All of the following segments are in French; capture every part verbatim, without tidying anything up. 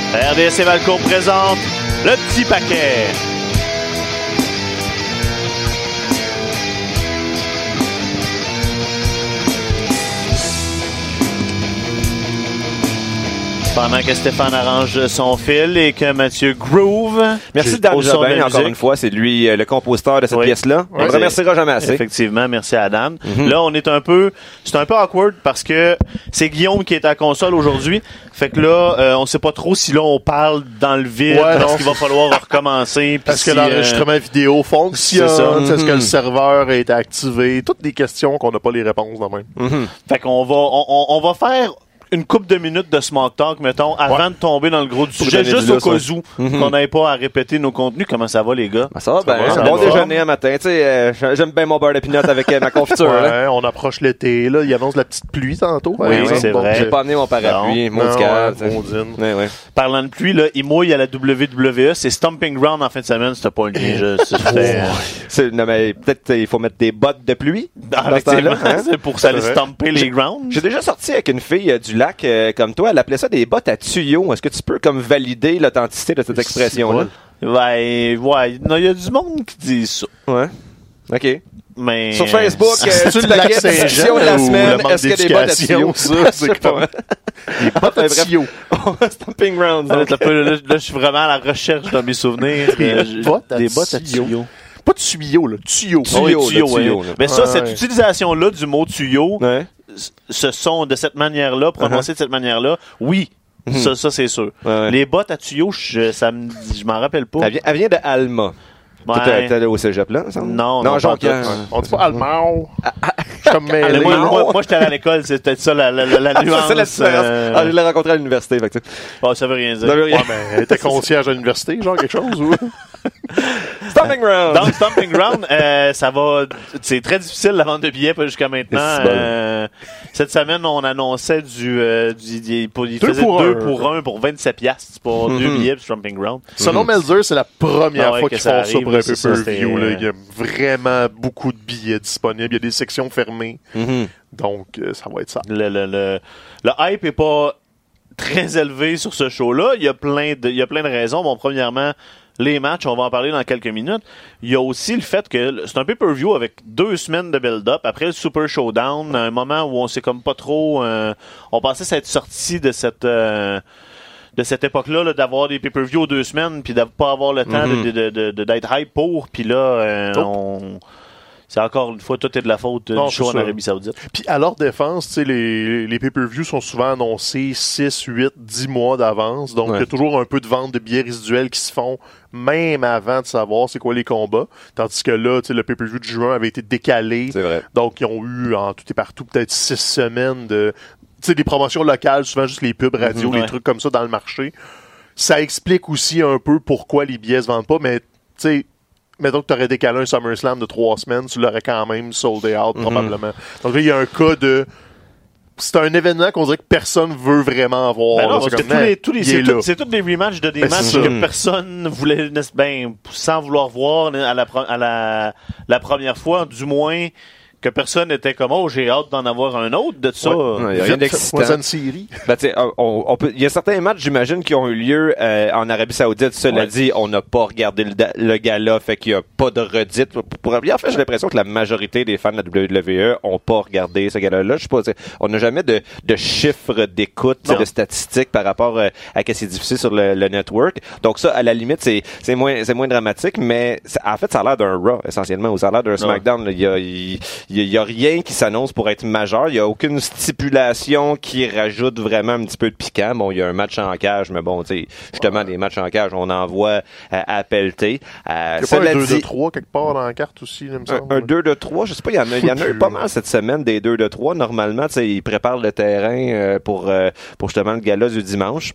R D S et Valcourt présente le petit paquet. Pendant que Stéphane arrange son fil et que Mathieu groove. Merci Dan Jobin, encore une fois. C'est lui euh, le compositeur de cette oui. pièce-là. On ne le remerciera jamais assez. Effectivement, merci à Adam. Mm-hmm. Là, on est un peu... C'est un peu awkward parce que c'est Guillaume qui est à la console aujourd'hui. Fait que là, euh, on sait pas trop si là, on parle dans le vide ouais, parce non. qu'il va falloir recommencer. Est-ce si, que l'enregistrement euh... vidéo fonctionne? C'est ça. Mm-hmm. Est-ce que le Mm-hmm. serveur est activé? Toutes des questions qu'on n'a pas les réponses dans même. Mm-hmm. Fait qu'on va, on, on, on va faire... une couple de minutes de smoke talk, mettons, avant ouais. de tomber dans le gros du sujet, juste au cas où mm-hmm. qu'on n'ait pas à répéter nos contenus. Comment ça va, les gars? Ben, ça va ça bien. Va, ça bon va. déjeuner un matin. Tu sais, euh, j'aime bien mon beurre de pinot avec euh, ma confiture. Ouais, là. on approche l'été, là. Il annonce la petite pluie tantôt. Oui, ouais, c'est donc, vrai. J'ai pas amené mon parapluie, Non, maudicale. ouais, maudine. Ouais, ouais. Parlant de pluie, là, il mouille à la W W E. C'est Stomping Ground en fin de semaine. C'était pas un lien. Je, c'était, C'est, non, mais peut-être il faut mettre des bottes de pluie. effectivement, hein? c'est pour ça aller C'est vrai. stomper les grounds. J'ai déjà sorti avec une fille euh, du lac euh, comme toi. Elle appelait ça des bottes à tuyaux. Est-ce que tu peux comme valider l'authenticité de cette expression-là? Ouais, ouais. Non, il y a du monde qui dit ça. Ouais. OK. Mais... Sur Facebook, euh, C'est-tu tu le la lac Saint-Jean question de la ou semaine, le manque est-ce qu'il y a des bottes à tuyaux? d'éducation, ça? C'est Je sais pas. comme- Les bottes à bref. tuyaux. Stomping Grounds. Là, donc. t'as pas- là, là, je suis vraiment à la recherche dans mes souvenirs. Des Euh, j'ai- bottes à des bottes à tuyaux. tuyaux. Pas de tuyaux, là. Tuyaux. Tuyaux, Oui, là, tuyaux, ouais. tuyaux, là. Mais ça, Ouais. cette utilisation-là du mot tuyau, Ouais. ce son de cette manière-là, prononcé Uh-huh. de cette manière-là, oui. Ça, ça c'est sûr. Ouais, ouais. Les bottes à tuyaux, je, ça me, je m'en rappelle pas. Elle vient, elle vient de Alma. Ouais. Toi, t'es allé au cégep, là? Ça? Non, non, non, pas Jonquière. tout. On dit pas allemand. Je suis comme mêlé. Allez, moi, non. moi, moi, j'étais à l'école, c'est peut-être ça la, la, la, la nuance. Ça, c'est la différence. euh, Ah, je l'ai rencontré à l'université. Fait que, tu sais. oh, ça veut rien dire. Ça veut rien. Ouais, mais elle était concierge à l'université, genre quelque chose, ou? Stomping Ground! Dans le Stomping Ground, euh, ça va. C'est très difficile la vente de billets pas jusqu'à maintenant. C'est bon. Euh, cette semaine, on annonçait du. Euh, du il pour, il Deux faisait pour deux un. pour un pour vingt-sept piastres pour deux Mhm. billets pour Stomping Ground. Selon Melzer, c'est la première Ah ouais, fois que qu'ils ça font arrive, ça pour un c'est ça, pay-per-view. c'était, là. Il y a vraiment beaucoup de billets disponibles. Il y a des sections fermées. Mhm. Donc, euh, ça va être ça. Le, le, le, le hype est pas très élevé sur ce show-là. Il y a plein de, il y a plein de raisons. Bon, premièrement, les matchs, on va en parler dans quelques minutes. Il y a aussi le fait que c'est un pay-per-view avec deux semaines de build-up. Après le Super Showdown, un moment où on sait comme pas trop... Euh, on pensait s'être sorti de cette... Euh, de cette époque-là, là, d'avoir des pay-per-views aux deux semaines, puis de pas avoir le temps Mhm. de, de, de, de- d'être hype pour. Puis là, euh, Oh. on... C'est encore une fois, tout est de la faute euh, Non, du show c'est en ça. Arabie Saoudite. Puis à leur défense, tu sais, les, les pay-per-views sont souvent annoncés six, huit, dix mois d'avance. Donc, il Ouais. y a toujours un peu de vente de billets résiduels qui se font même avant de savoir c'est quoi les combats. Tandis que là, tu sais, le pay-per-view de juin avait été décalé. C'est vrai. Donc, ils ont eu en tout et partout peut-être six semaines de... Tu sais, des promotions locales, souvent juste les pubs radio, Mhm, les ouais. trucs comme ça dans le marché. Ça explique aussi un peu pourquoi les billets se vendent pas, mais tu sais... Mettons que tu aurais décalé un SummerSlam de trois semaines, tu l'aurais quand même sold out, Mhm. probablement. Donc là, il y a un cas de... C'est un événement qu'on dirait que personne veut vraiment avoir. Ben non, là. parce C'est que comme, tous les, man, tous les, il c'est, est tout- là. c'est tous des rematchs de des Ben, matchs c'est que ça. personne voulait, ben, sans vouloir voir à la, pre- à la, la première fois, du moins, que personne n'était comme, oh, j'ai hâte d'en avoir un autre de ça. Ouais. Ouais, y a rien Vite, d'excitant. fais-moi ça une série. Ben, tu sais, on, on peut, il y a certains matchs, j'imagine, qui ont eu lieu euh, en Arabie Saoudite. Cela Ouais. dit, on n'a pas regardé le, da- le gala, fait qu'il n'y a pas de redite. Pour, pour, en fait, j'ai l'impression que la majorité des fans de la W W E ont pas regardé ce gala-là. Je sais pas, tu sais, on n'a jamais de, de chiffres d'écoute, tu sais, Non. de statistiques par rapport euh, à ce qui est diffusé sur le, le network. Donc ça, à la limite, c'est, c'est moins, c'est moins dramatique, mais c'est- en fait, ça a l'air d'un Raw, essentiellement, ou ça a l'air d'un SmackDown. là. Il y a, il, il y a- il y a rien qui s'annonce pour être majeur. Il y a aucune stipulation qui rajoute vraiment un petit peu de piquant. Bon, il y a un match en cage, mais bon, tu sais, justement, des matchs en cage, on en voit euh, à pelleter. Euh, Il y a cela pas un deux dit- de trois quelque part dans la carte aussi, là, il me semble. un, un deux de trois, je sais pas, il y en a, il y en a eu pas mal cette semaine des deux de trois. Normalement, tu sais, ils préparent le terrain euh, pour, euh, pour justement le gala du dimanche.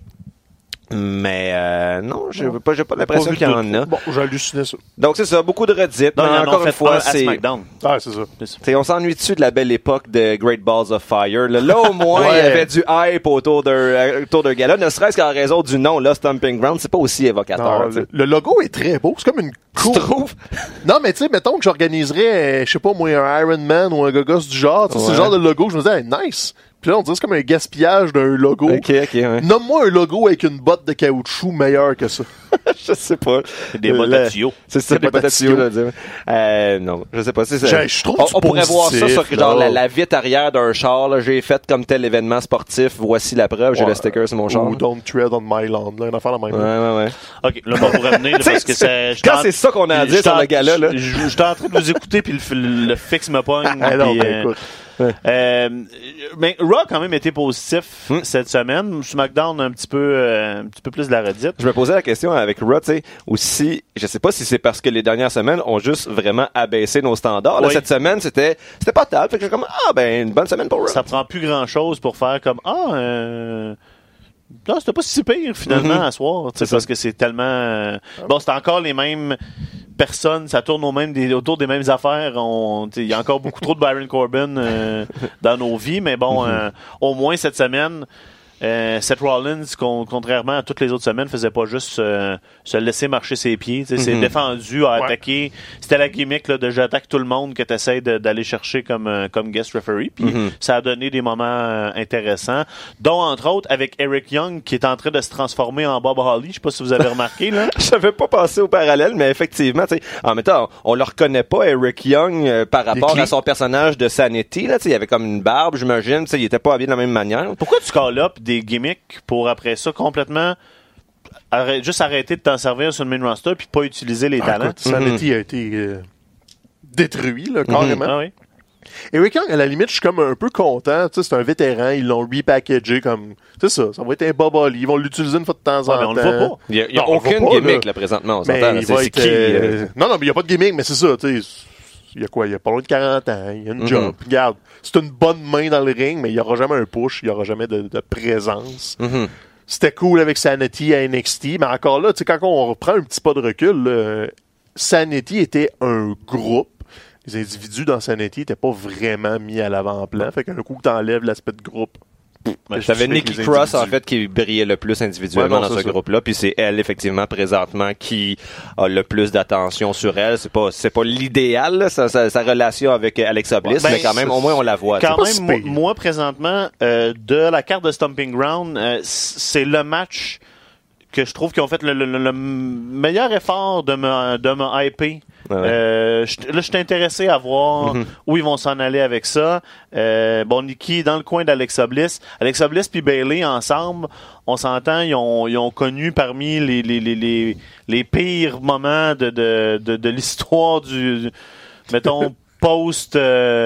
Mais euh, non, j'ai pas, j'ai pas l'impression vu qu'il y de en a. Bon, j'ai halluciné ça. Donc c'est ça, beaucoup de redites. Non, mais ils en ont encore fait une fois, un à c'est... SmackDown. Ah, c'est ça. C'est ça. T'sais, on s'ennuie dessus de la belle époque de Great Balls of Fire. Là, là au moins, il Ouais. y avait du hype autour d'un, euh, autour d'un gala, ne serait-ce qu'en raison du nom, là, Stomping Ground, c'est pas aussi évocateur. Non, t'sais. le, le logo est très beau. C'est comme une Tu coupe. trouves? Non, mais tu sais, mettons que j'organiserais, euh, je sais pas, moi, un Iron Man ou un gogos du genre. Tu sais, C'est Ouais. le genre de logo, je me disais, hey, nice. Puis là, on dirait que c'est comme un gaspillage d'un logo. Ok, ok, ouais. Nomme-moi un logo avec une botte de caoutchouc meilleur que ça. Je sais pas. Des bottes à tuyaux. C'est ça, des bottes à tuyaux, là. Euh, non, je sais pas. C'est ça. Je, je trouve on, du on pourrait voir ça positif, sur genre là. la, la vitre arrière d'un char, là. J'ai fait comme tel événement sportif. Voici la preuve. J'ai Ouais. le sticker sur mon char. Ou Don't Tread on My Lawn, là, une affaire la même. Ouais, ouais, ouais. OK, là, on va vous ramener, là, parce que c'est... Quand c'est ça qu'on a à dire sur le gars-là, là. J'étais en train de vous écouter, puis le, le fixe me pogne. Ah non, puis, ben euh, écoute. Euh, mais Raw a quand même été positif Hmm. cette semaine. SmackDown un petit peu, euh, un petit peu plus de la redite. Je me posais la question avec Raw, tu sais, aussi, je sais pas si c'est parce que les dernières semaines ont juste vraiment abaissé nos standards. Là, Oui. cette semaine, c'était, c'était pas table. Fait que j'ai comme, ah, ben, une bonne semaine pour Raw. Ça prend plus grand chose pour faire comme ah euh... non, c'était pas si pire finalement Mhm. à soir, tu sais, C'est parce ça. que c'est tellement euh, bon, c'est encore les mêmes personnes, ça tourne au même des, autour des mêmes affaires. On, tu sais, il y a encore beaucoup trop de Baron Corbin euh, dans nos vies, mais bon, euh, au moins cette semaine. Euh, Seth Rollins, con- contrairement à toutes les autres semaines, faisait pas juste euh, se laisser marcher ses pieds. Tu sais, C'est Mhm. défendu, a Ouais. attaqué. C'était la gimmick là, de j'attaque tout le monde que tu essaies d'aller chercher comme, euh, comme guest referee. Puis Mhm. ça a donné des moments euh, intéressants, dont entre autres avec Eric Young qui est en train de se transformer en Bob Holly. Je sais pas si vous avez remarqué. là. J'avais pas pensé au parallèle, mais effectivement, tu sais, en même temps, on le reconnaît pas, Eric Young, euh, par rapport clean. à son personnage de Sanity, là, tu sais, il avait comme une barbe, j'imagine, tu sais, il était pas habillé de la même manière. Pourquoi tu call up des gimmicks pour après ça complètement arrête- juste arrêter de t'en servir sur le main roster puis pas utiliser les Ah, talents? écoute, Sanity a été euh, détruit, là, carrément. Ah oui. Eric Young, à la limite, je suis comme un peu content. Tu sais, c'est un vétéran, ils l'ont repackagé comme... C'est ça, ça va être un Bob Holly. Ils vont l'utiliser une fois de temps Ouais, en mais temps. on le voit pas. Il y a, il y a Non, on le aucune voit pas, gimmick, là. là, présentement, on Mais s'entend, là, il c'est va c'est être... qui, euh, euh, Non, non, mais il n'y a pas de gimmick, mais c'est ça, tu sais. Il y a quoi? Il y a pas loin de quarante ans, il y a une Mhm. job. Regarde, c'est une bonne main dans le ring, mais il n'y aura jamais un push, il n'y aura jamais de, de présence. mhm. C'était cool avec Sanity à N X T, mais encore là, tu sais, quand on reprend un petit pas de recul, là, Sanity était un groupe. Les individus dans Sanity n'étaient pas vraiment mis à l'avant-plan. Fait qu'un coup que t'enlèves l'aspect de groupe. Ben, qu'est-ce T'avais que tu fais avec Nikki les Cross, en individus? fait, qui brillait le plus individuellement Ouais, non, dans c'est ce ça. groupe-là, puis c'est elle, effectivement, présentement, qui a le plus d'attention sur elle. C'est pas, c'est pas l'idéal, là, sa, sa, sa relation avec Alexa Bliss, Ben, mais quand même, au moins, on la voit. Quand pas même, si moi, pire. moi, présentement, euh, de la carte de Stomping Ground, euh, c- c'est le match que je trouve qu'ils ont fait le, le- le- le meilleur effort de me, de me hyper. Ouais, ouais. Euh, je- là, je suis intéressé à voir Mhm. où ils vont s'en aller avec ça. Euh, bon, Nikki dans le coin d'Alexa Bliss. Alexa Bliss puis Bayley ensemble, on s'entend, ils ont, ils ont connu parmi les, les, les, les, les pires moments de, de, de, de l'histoire du, du- mettons, post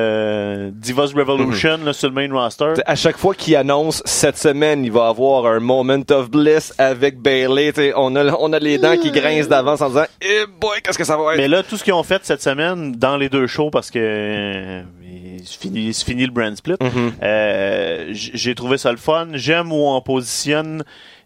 euh, Divas Revolution là, sur le main roster. T'sais, à chaque fois qu'il annonce cette semaine, il va avoir un moment of bliss avec Bayley. T'sais, On a, on a les dents qui grincent d'avance en disant eh boy, qu'est-ce que ça va être? Mais là, tout ce qu'ils ont fait cette semaine dans les deux shows, parce que euh, il se finit, il se finit le brand split, Mhm. euh, j- j'ai trouvé ça le fun. J'aime où on positionne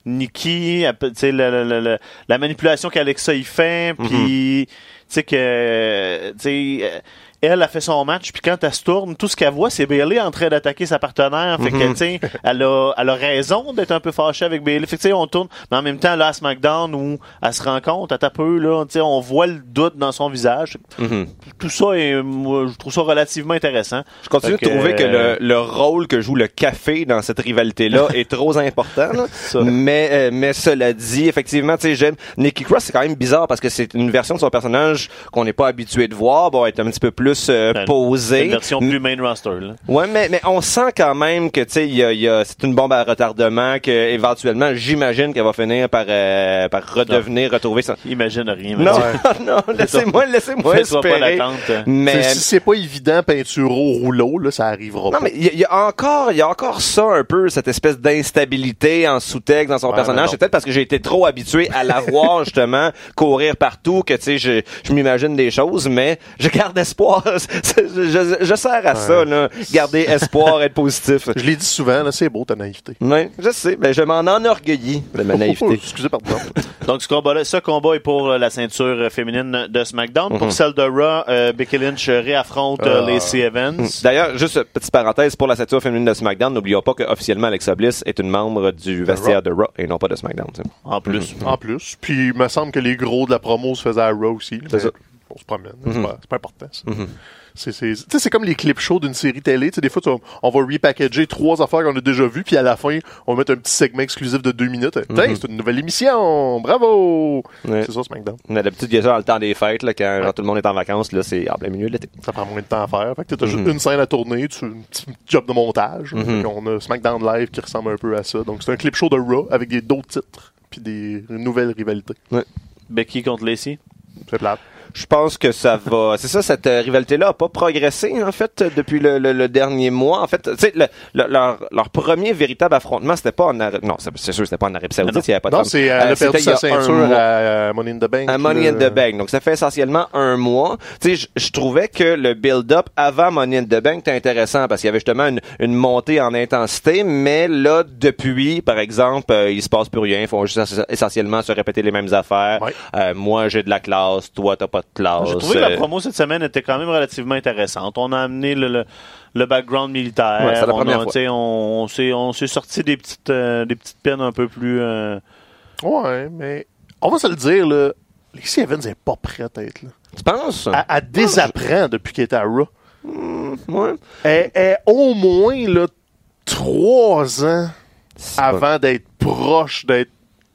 Nikki, elle peut- tu sais, la, la, la, la- la manipulation qu'Alexa y fait, puis tu sais que tu sais, euh, elle a fait son match, puis quand elle se tourne, tout ce qu'elle voit, c'est Bayley en train d'attaquer sa partenaire. Fait que, tu sais, elle a, elle a raison d'être un peu fâchée avec Bayley. Fait que, tu sais, on tourne, mais en même temps, là, à SmackDown, où elle se rend compte, elle tape peu, là, tu sais, on voit le doute dans son visage. Mhm. Tout ça, est, moi, je trouve ça relativement intéressant. Je continue Fait de trouver que euh, le, le rôle que joue le café dans cette rivalité-là est trop important. Là. Mais, euh, mais cela dit, effectivement, tu sais, j'aime. Nikki Cross, c'est quand même bizarre parce que c'est une version de son personnage qu'on n'est pas habitué de voir. Bon, elle est un petit peu plus euh, Ben, posée. une version plus main roster, là. Ouais, mais, mais on sent quand même que, tu sais, il y a, il y a, c'est une bombe à retardement, que éventuellement, j'imagine qu'elle va finir par, euh, par redevenir, retrouver son... Imagine rien. Non, Mathieu. non, laissez-moi, laissez-moi Fais-toi pas espérer. l'attente. Mais, T'sais, Si c'est pas évident, peinture au rouleau, là, ça arrivera non, pas. mais il y, a- il y a encore, il y a encore ça un peu, cette espèce d'instabilité en sous-texte dans son Ouais, personnage. mais C'est peut-être parce que j'ai été trop habitué à la voir, justement, courir partout, que, tu sais, je, je m'imagine des choses, mais je garde espoir. je, je, je sers à ça, là. Garder espoir, être positif. Je l'ai dit souvent, là, c'est beau ta naïveté. Oui, je sais, mais je m'en enorgueillis de ma Oh, naïveté. excusez, pardon. Donc, ce combat-là, ce combat est pour euh, la ceinture euh, féminine de SmackDown. Pour Mhm. celle de Raw, euh, Becky Lynch réaffronte euh, Ah. Lacey Evans. D'ailleurs, juste une petite parenthèse pour la ceinture féminine de SmackDown, n'oublions pas qu'officiellement Alexa Bliss est une membre du vestiaire de Raw et non pas de SmackDown. tu sais. En plus. En plus. Puis, il me semble que les gros de la promo se faisaient à Raw aussi. C'est mais ça. On se promène. C'est Mhm. pas, c'est pas important, ça. Mhm. C'est, c'est, tu sais, c'est comme les clips shows d'une série télé. Tu sais, des fois, tu vas- on va repackager trois affaires qu'on a déjà vues, puis à la fin, on va mettre un petit segment exclusif de deux minutes. Tiens, Mm-hmm. c'est une nouvelle émission! Bravo! Ouais. C'est ça, SmackDown. On a d'habitude, il y a ça dans le temps des fêtes, là, quand genre, tout le monde est en vacances, là, c'est en plein milieu de l'été. Ça prend moins de temps à faire. Fait que t'as Mm-hmm. juste une scène à tourner, tu un petit job de montage. Mm-hmm. Fait qu'on a SmackDown Live qui ressemble un peu à ça. Donc, c'est un clip show de Raw avec des, d'autres titres, puis des nouvelles rivalités. Becky contre Lacey. C'est plate. Je pense que ça va. C'est ça, cette euh, rivalité-là a pas progressé, en fait, depuis le, le, le dernier mois. En fait, tu sais, le, le, leur, leur premier véritable affrontement, c'était pas en Arabie. Non, c'est, c'est sûr, c'était pas en Arabie Saoudite, il y avait pas de Non, femme. c'est, elle Euh, a perdu c'était il y sa a un ceinture mois. à, à Money in the Bank. À Money in là. the Bank. Donc, ça fait essentiellement un mois. Tu sais, je- je trouvais que le build-up avant Money in the Bank était intéressant parce qu'il y avait justement une, une montée en intensité, mais là, depuis, par exemple, euh, il se passe plus rien. Ils font juste ess- essentiellement se répéter les mêmes affaires. Ouais. Euh, moi, j'ai de la classe. Toi, t'as pas de classe. J'ai trouvé que Euh, la promo cette semaine était quand même relativement intéressante. On a amené le, le, le background militaire. Ouais, c'est la on, première a, fois. tu sais, on, on s'est, on s'est sorti des petites, euh, des petites peines un peu plus... euh, Ouais, mais on va se le dire, là. Lacey Evans n'est pas prête à être là. Tu penses? Elle, elle désapprend depuis qu'elle est à Raw. Ouais. Elle est au moins là, trois ans C'est pas- avant d'être proche, d'être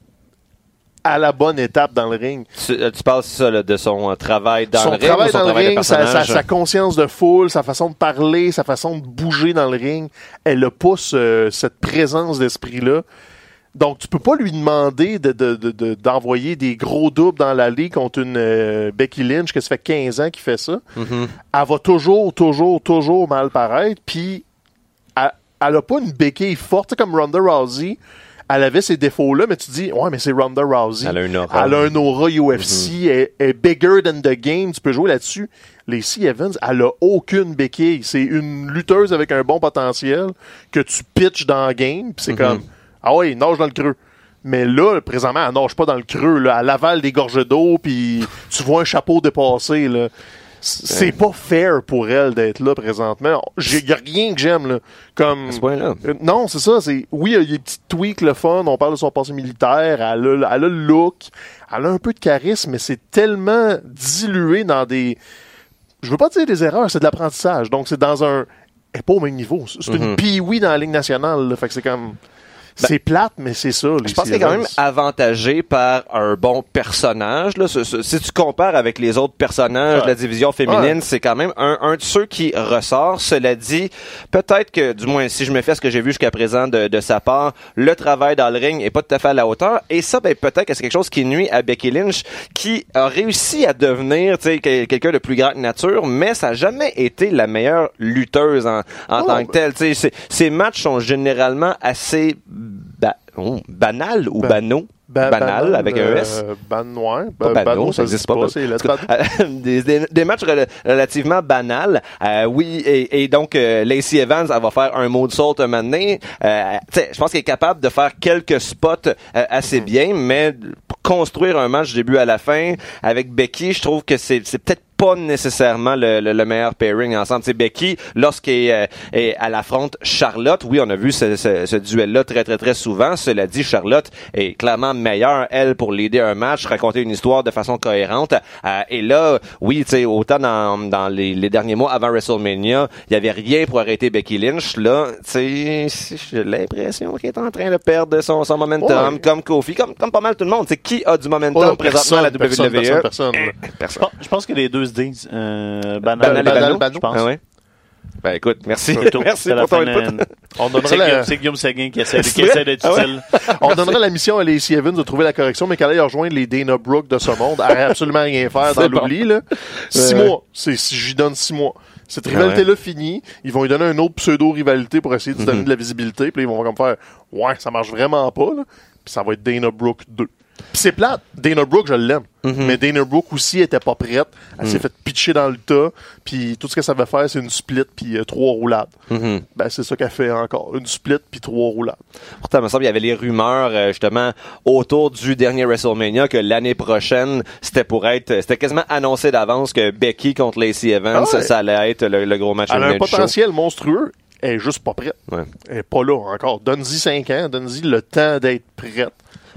à la bonne étape dans le ring. Tu, euh, tu parles ça, là, de son euh, travail dans son le ring travail ou son dans le travail de ring, sa, personnage? sa- sa conscience de foule, sa façon de parler, sa façon de bouger dans le ring, elle n'a pas ce- cette présence d'esprit-là. Donc, tu peux pas lui demander de, de- de- de- d'envoyer des gros doubles dans l'allée contre une euh, Becky Lynch, que ça fait quinze ans qu'il fait ça. Mhm. Elle va toujours, toujours, toujours mal paraître. Puis, elle, elle a pas une béquille forte, tu sais, comme Ronda Rousey. Elle avait ces défauts-là, mais tu dis, ouais, mais c'est Ronda Rousey. Elle a une aura. Elle a un aura U F C, elle, elle est bigger than the game. Tu peux jouer là-dessus. Lacey Evans, elle a aucune béquille. C'est une lutteuse avec un bon potentiel que tu pitches dans le game. Puis c'est comme, ah ouais, il nage dans le creux. Mais là, présentement, elle nage pas dans le creux. Là. Elle avale des gorges d'eau, puis tu vois un chapeau dépasser. Là. C'est pas fair pour elle d'être là présentement. Il n'y a rien que j'aime. Là. Comme... À ce point-là. Euh, Non, c'est ça. C'est oui, il y a des petits tweaks, le fun. On parle de son passé militaire. Elle a, elle a le look. Elle a un peu de charisme, mais c'est tellement dilué dans des. Je veux pas dire des erreurs, c'est de l'apprentissage. Donc c'est dans un. Elle est pas au même niveau. C'est une Mhm. pee-wee dans la Ligue nationale. Là. Fait que c'est comme. C'est plate, mais c'est ça. Je pense qu'elle est quand même avantagée par un bon personnage. Là. Ce- ce- si tu compares avec les autres personnages Ouais. de la division féminine, Ouais. c'est quand même un, un de ceux qui ressort. Cela dit, peut-être que, du moins, si je me fais ce que j'ai vu jusqu'à présent de, de sa part, le travail dans le ring est pas tout à fait à la hauteur. Et ça, ben, peut-être que c'est quelque chose qui nuit à Becky Lynch, qui a réussi à devenir tu sais, quel- quelqu'un de plus grande nature, mais ça n'a jamais été la meilleure lutteuse en, en Oh, tant ben- que telle. Tu sais, ses- ses matchs sont généralement assez ba- oh, banals ou Ba- banaux. Ba- banal, avec un S. Euh, ban noir. Pas Ba- banaux, Bano, ça se existe dit pas. C'est let's En tout cas, des, des, des matchs rela- relativement banals. Euh, oui, et, et donc euh, Lacey Evans, elle va faire un moonsault un moment donné. Euh, tu sais, je pense qu'elle est capable de faire quelques spots euh, assez bien, mais pour construire un match du début à la fin avec Becky, je trouve que c'est, c'est peut-être pas nécessairement le, le, le meilleur pairing ensemble. Tu sais, Becky, lorsqu'elle euh, est- elle affronte Charlotte, oui, on a vu ce, ce, ce duel-là très, très, très souvent. Cela dit, Charlotte est clairement meilleure, elle, pour l'aider un match, raconter une histoire de façon cohérente. Euh, et là, oui, tu sais, autant dans, dans les, les derniers mois avant WrestleMania, il y avait rien pour arrêter Becky Lynch. Là, tu sais, j'ai l'impression qu'elle est en train de perdre son, son momentum, Ouais. comme Kofi, comme, comme pas mal tout le monde. Tu sais, qui a du momentum Oh, présentement à la personne, W W E? personne, personne, personne, là. Je Personne. pense, je pense que les deux se disent euh, banal, Banal et banal, Bano, je pense. Ah ouais? Ben écoute, merci. Surtout, merci c'est la pour ton fin input. de- On donnerait C'est la- Guillaume, c'est Guillaume Seguin qui essaie, C'est qui vrai? essaie d'être Ah ouais? utile. On donnerait la mission à Lacey Evans de trouver la correction, mais qu'elle aille rejoindre les Dana Brooke de ce monde. Elle n'aurait absolument rien faire dans C'est bon. l'oubli. Là. Six Ouais. mois. C'est, si j'y donne six mois. Cette rivalité-là finie. Ils vont lui donner une autre pseudo-rivalité pour essayer de se donner de la visibilité. Puis là, ils vont comme faire « Ouais, ça marche vraiment pas. » là. Puis ça va être Dana Brooke deux. Puis c'est plate. Dana Brooke, je l'aime. Mais Dana Brooke aussi était pas prête. Elle s'est fait pitcher dans le tas. Puis tout ce qu'elle savait faire, c'est une split puis euh, trois roulades. Mhm. Ben, c'est ça qu'elle fait encore. Une split puis trois roulades. Pourtant, il me semble qu'il y avait les rumeurs, euh, justement, autour du dernier WrestleMania que l'année prochaine, c'était pour être, c'était quasiment annoncé d'avance que Becky contre Lacey Evans, Ah ouais. ça allait être le, le gros match Elle a un du show. potentiel monstrueux. Elle est juste pas prête. Ouais. Elle est pas là encore. Donne-y cinq ans. Donne-y le temps d'être prête.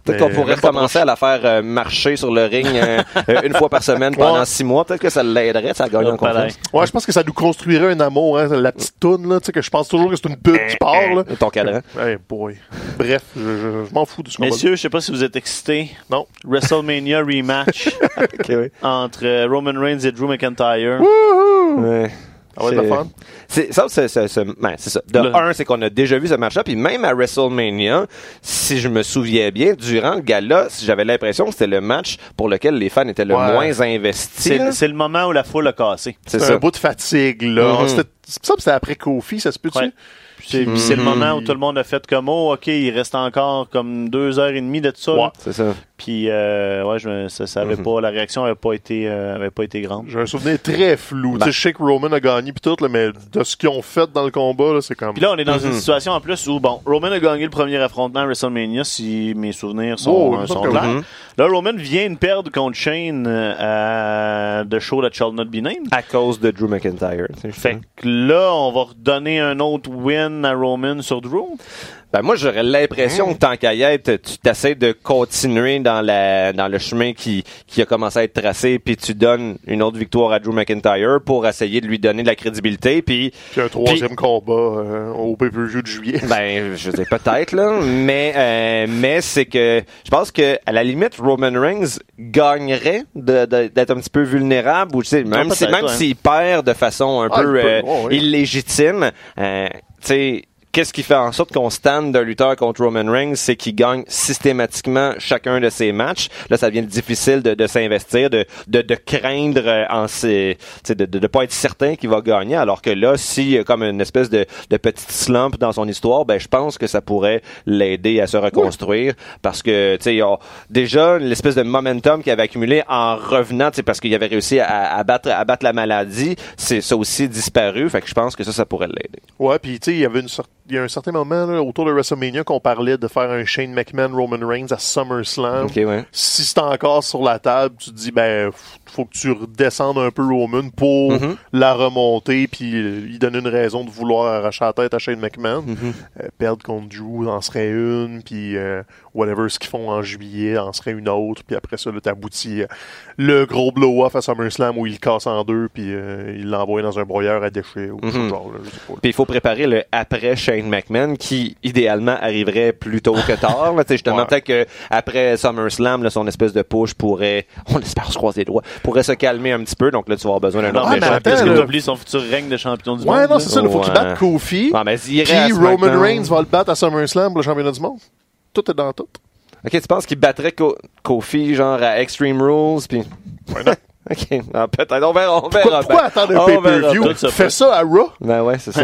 Peut-être qu'on pourrait commencer à la faire euh, marcher sur le ring euh, euh, une fois par semaine pendant Ouais. six mois. Peut-être que ça l'aiderait, ça gagne en confiance. Ouais, je pense que ça nous construirait un amour, hein, la petite toune, là, tu sais, que je pense toujours que c'est une pute qui part, là. Et ton cadran. Hey boy. Bref, je, je- je m'en fous de ce qu'on va dire. Messieurs, je sais pas si vous êtes excités. Non. WrestleMania rematch Ok, oui. entre euh, Roman Reigns et Drew McIntyre. Wouhou! Ouais. Ça va être le fun. C'est ça, c'est, c'est, c'est, ben, c'est ça. De Le- un, c'est qu'on a déjà vu ce match-là, puis même à WrestleMania, si je me souviens bien, durant le gala, j'avais l'impression que c'était le match pour lequel les fans étaient le Ouais. moins investis. C'est là. c'est le moment où la foule a cassé. C'est C'est ça. un bout de fatigue, là. Mhm. C'était- C'est ça, c'est après Kofi, ça se peut-tu? Ouais. C'est puis c'est le Mhm. moment où tout le monde a fait comme oh ok il reste encore comme deux heures et demie de tout ça. Ouais. là. C'est ça. Puis euh, ouais je me- ça, ça avait Mhm. pas la réaction avait pas été euh, avait pas été grande. J'ai un souvenir très flou. Ben. Tu sais, je sais que Roman a gagné pis tout, là, mais de ce qu'ils ont fait dans le combat, là, c'est comme... Puis là on est dans Mhm. une situation en plus où bon Roman a gagné le premier affrontement à WrestleMania si mes souvenirs sont, Oh, il me euh, semble sont que oui. clairs. Mhm. Là Roman vient de perdre contre Shane euh, à The Show That Shall Not Be Named. À cause de Drew McIntyre. tu sais, Fait que là on va redonner un autre win à Roman sur Drew. Ben moi, j'aurais l'impression que tant qu'à y être, tu t'essaies de continuer dans la dans le chemin qui qui a commencé à être tracé, puis tu donnes une autre victoire à Drew McIntyre pour essayer de lui donner de la crédibilité, puis Puis un troisième combat euh, au pay-per-view de juillet. ben je sais peut-être là, mais euh, mais c'est que je pense que à la limite Roman Reigns gagnerait de- de- d'être un petit peu vulnérable ou tu sais même Ah, si peut-être, même ouais. s'il perd de façon un Ah, peu il peut, euh, ouais, ouais. illégitime, euh, tu sais. Qu'est-ce qui fait en sorte qu'on stand d'un lutteur contre Roman Reigns, c'est qu'il gagne systématiquement chacun de ses matchs. Là, ça devient difficile de, de s'investir, de, de, de craindre euh, en ses, tu sais, de, de, de pas être certain qu'il va gagner. Alors que là, s'il y a comme une espèce de, de petite slump dans son histoire, ben je pense que ça pourrait l'aider à se reconstruire parce que tu sais, il y a déjà l'espèce de momentum qu'il avait accumulé en revenant, tu sais, parce qu'il avait réussi à, à battre à battre la maladie, c'est ça aussi disparu. Fait que je pense que ça, ça pourrait l'aider. Ouais, puis tu sais, il y avait une sorte, il y a un certain moment là, autour de WrestleMania qu'on parlait de faire un Shane McMahon Roman Reigns à SummerSlam. Ok, ouais. Si c'est encore sur la table, tu te dis ben f- faut que tu redescendes un peu Roman pour Mhm. la remonter puis euh, lui donner une raison de vouloir arracher la tête à Shane McMahon. Mhm. Euh, perdre contre Drew en serait une, puis euh, whatever ce qu'ils font en juillet en serait une autre, puis après ça là t'aboutis euh, le gros blow-off à SummerSlam où il le casse en deux puis euh, il l'envoie dans un broyeur à déchets ou quelque Mhm. genre là, je sais pas. Puis il faut préparer le après Shane McMahon qui idéalement arriverait plus tôt que tard. Là. Tu sais, justement, Ouais. peut-être que après SummerSlam, là, son espèce de push pourrait, on espère se croiser les doigts, pourrait se calmer un petit peu. Donc là, tu vas avoir besoin d'un Non, autre Ah, mais mais méchant. attends, est-ce que là. tu oublies son futur règne de champion du monde? Ouais, non, là? c'est ça, il faut qu'il Ouais. batte Kofi. Ah, mais il irait Puis à Roman SmackDown. Reigns va le battre à SummerSlam pour le championnat du monde. Tout est dans tout. Ok, tu penses qu'il battrait Ko- Kofi genre à Extreme Rules, puis. Ouais, non. Ok, ah, peut-être, on verra, on Pourquoi, verra. pourquoi Ben, attendre un on verra pay-per-view? tout ça Fais fait. ça à Raw. Ben ouais, c'est ça.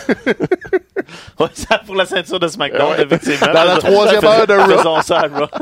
Ouais, ça pour la ceinture de SmackDown, Ouais. effectivement. Dans la troisième heure de Raw. Faisons ça à Raw.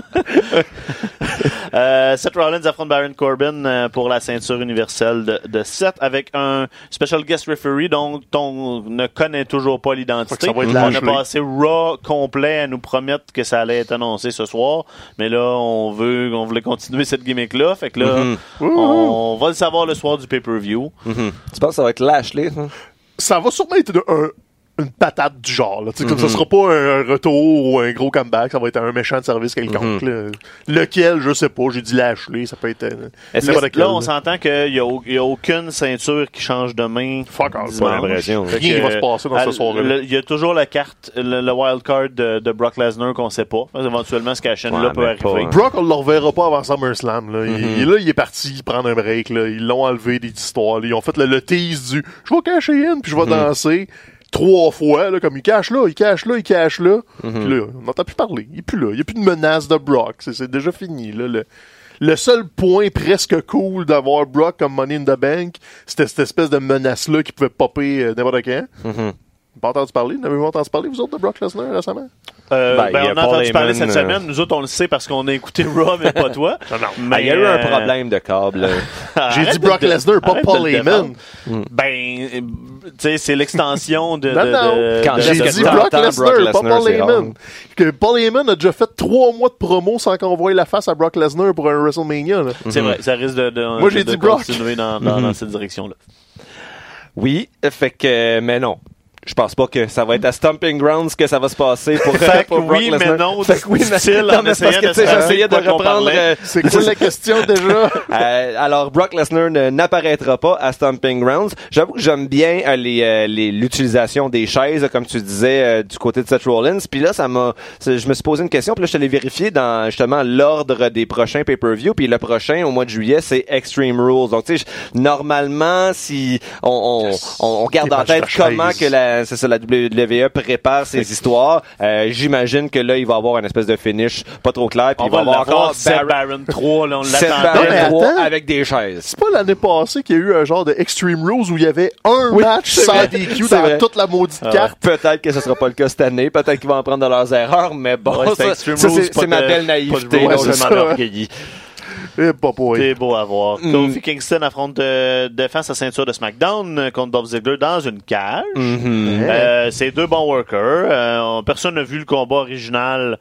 euh, Seth Rollins affronte Baron Corbin euh, pour la ceinture universelle de, de Seth avec un special guest referee dont on ne connaît toujours pas l'identité. Ça va être On a Lashley. passé Raw complet à nous promettre que ça allait être annoncé ce soir, mais là on veut, on voulait continuer cette gimmick-là, fait que là Mhm. on va le savoir le soir du pay-per-view. Mhm. Tu penses que ça va être Lashley, ça? Ça va sûrement être un- une patate du genre. Là. Tu sais, Comme Mhm. ça sera pas un, un retour ou un gros comeback. Ça va être un méchant de service quelconque. Mhm. là. Lequel, je sais pas. J'ai dit Lashley. Ça peut être... euh, Est-ce n'importe que quel, Là, on là. s'entend qu'il n'y a, au- il y a aucune ceinture qui change de main. Fuck all. dimanche. Pas l'impression. Fait Rien que, va se passer dans à- ce soir-là. le- Il y a toujours la carte, le, le wild card de, de Brock Lesnar qu'on sait pas. Éventuellement, ce cash-in-là Ouais, peut mais arriver. pas- Brock, on le reverra pas avant SummerSlam. Là. Il, Mhm. il- là, il est parti prendre un break. Là. Ils l'ont enlevé des histoires. là. Ils ont fait le, le tease du « Je vais cacher in, puis je vais danser ». Trois fois, là, comme il cache là, il cache là, il cache là. Puis là, on n'entend plus parler. Il est plus là. Il n'y a plus de menace de Brock. C'est, c'est déjà fini. Là. Le, le seul point presque cool d'avoir Brock comme Money in the Bank, c'était cette espèce de menace-là qui pouvait popper euh, n'importe quand. Mhm. Pas entendu parler? N'avez-vous entendu parler, vous autres, de Brock Lesnar récemment? Euh, Ben, ben, il y a on a Paul entendu parler Heyman, cette euh, semaine. Nous autres, on le sait parce qu'on a écouté Raw, mais pas toi. Non, non. Mais, Ah, il y a eu un euh, problème de câble. là. J'ai arrête dit de- Brock de- Lesnar, pas arrête Paul de le Heyman. défendre. Ben, euh, tu sais, c'est l'extension de. Non, de- non. de- Quand de- J'ai est-ce que dit tu Brock entends Lesnar, Brock pas Lesnar, Paul c'est Heyman. rare. Que Paul Heyman a déjà fait trois mois de promo sans qu'on voie la face à Brock Lesnar pour un WrestleMania. Là. C'est vrai, ça risque de, de, Moi, j'ai de dit Brock. continuer dans, dans, Mhm. dans cette direction-là. Oui, fait que, mais non. je pense pas que ça va être à Stomping Grounds que ça va se passer pour, fait pour que Brock oui, Lesnar. mais non, Fait que oui, mais difficile non, en mais c'est parce essayant que, de tu sais, savoir j'essayais de quoi qu'on reprendre... parlait. euh, C'est quoi la question déjà? Euh, alors, Brock Lesnar ne- n'apparaîtra pas à Stomping Grounds. J'avoue que j'aime bien euh, les, euh, les, l'utilisation des chaises, comme tu disais, euh, du côté de Seth Rollins. Puis là, ça m'a, c'est- je me suis posé une question, puis là, je te l'ai vérifié dans, justement, l'ordre des prochains pay-per-view. Puis le prochain, au mois de juillet, c'est Extreme Rules. Donc, tu sais, je- normalement, si on, on, on, on garde Des en matchs tête de comment chaises. que la, c'est ça, la W W E prépare ses histoires, euh, j'imagine que là, il va avoir une espèce de finish pas trop clair. Puis On il va va avoir l'avoir, encore Seth Baron- Baron trois, là, on Seth l'attendait. Non, mais Baron trois attends. avec des chaises. C'est pas l'année passée qu'il y a eu un genre de Extreme Rules où il y avait un Oui, match c'est sans vrai. D Q C'est dans vrai. toute la maudite Ah ouais. carte. Peut-être que ce sera pas le cas cette année. Peut-être qu'ils vont en prendre de leurs erreurs, mais bon, Ouais, c'est ça, Extreme ça, Rules, c'est, pas c'est ma de- belle pas de naïveté rules, dont c'est je ça. m'enorgueillis. Eh, pas pour C'est beau à voir. Mm. Kofi Kingston affronte euh, défend sa ceinture de SmackDown euh, contre Dolph Ziggler dans une cage. Mhm. Euh, c'est deux bons workers. Euh, personne n'a vu le combat original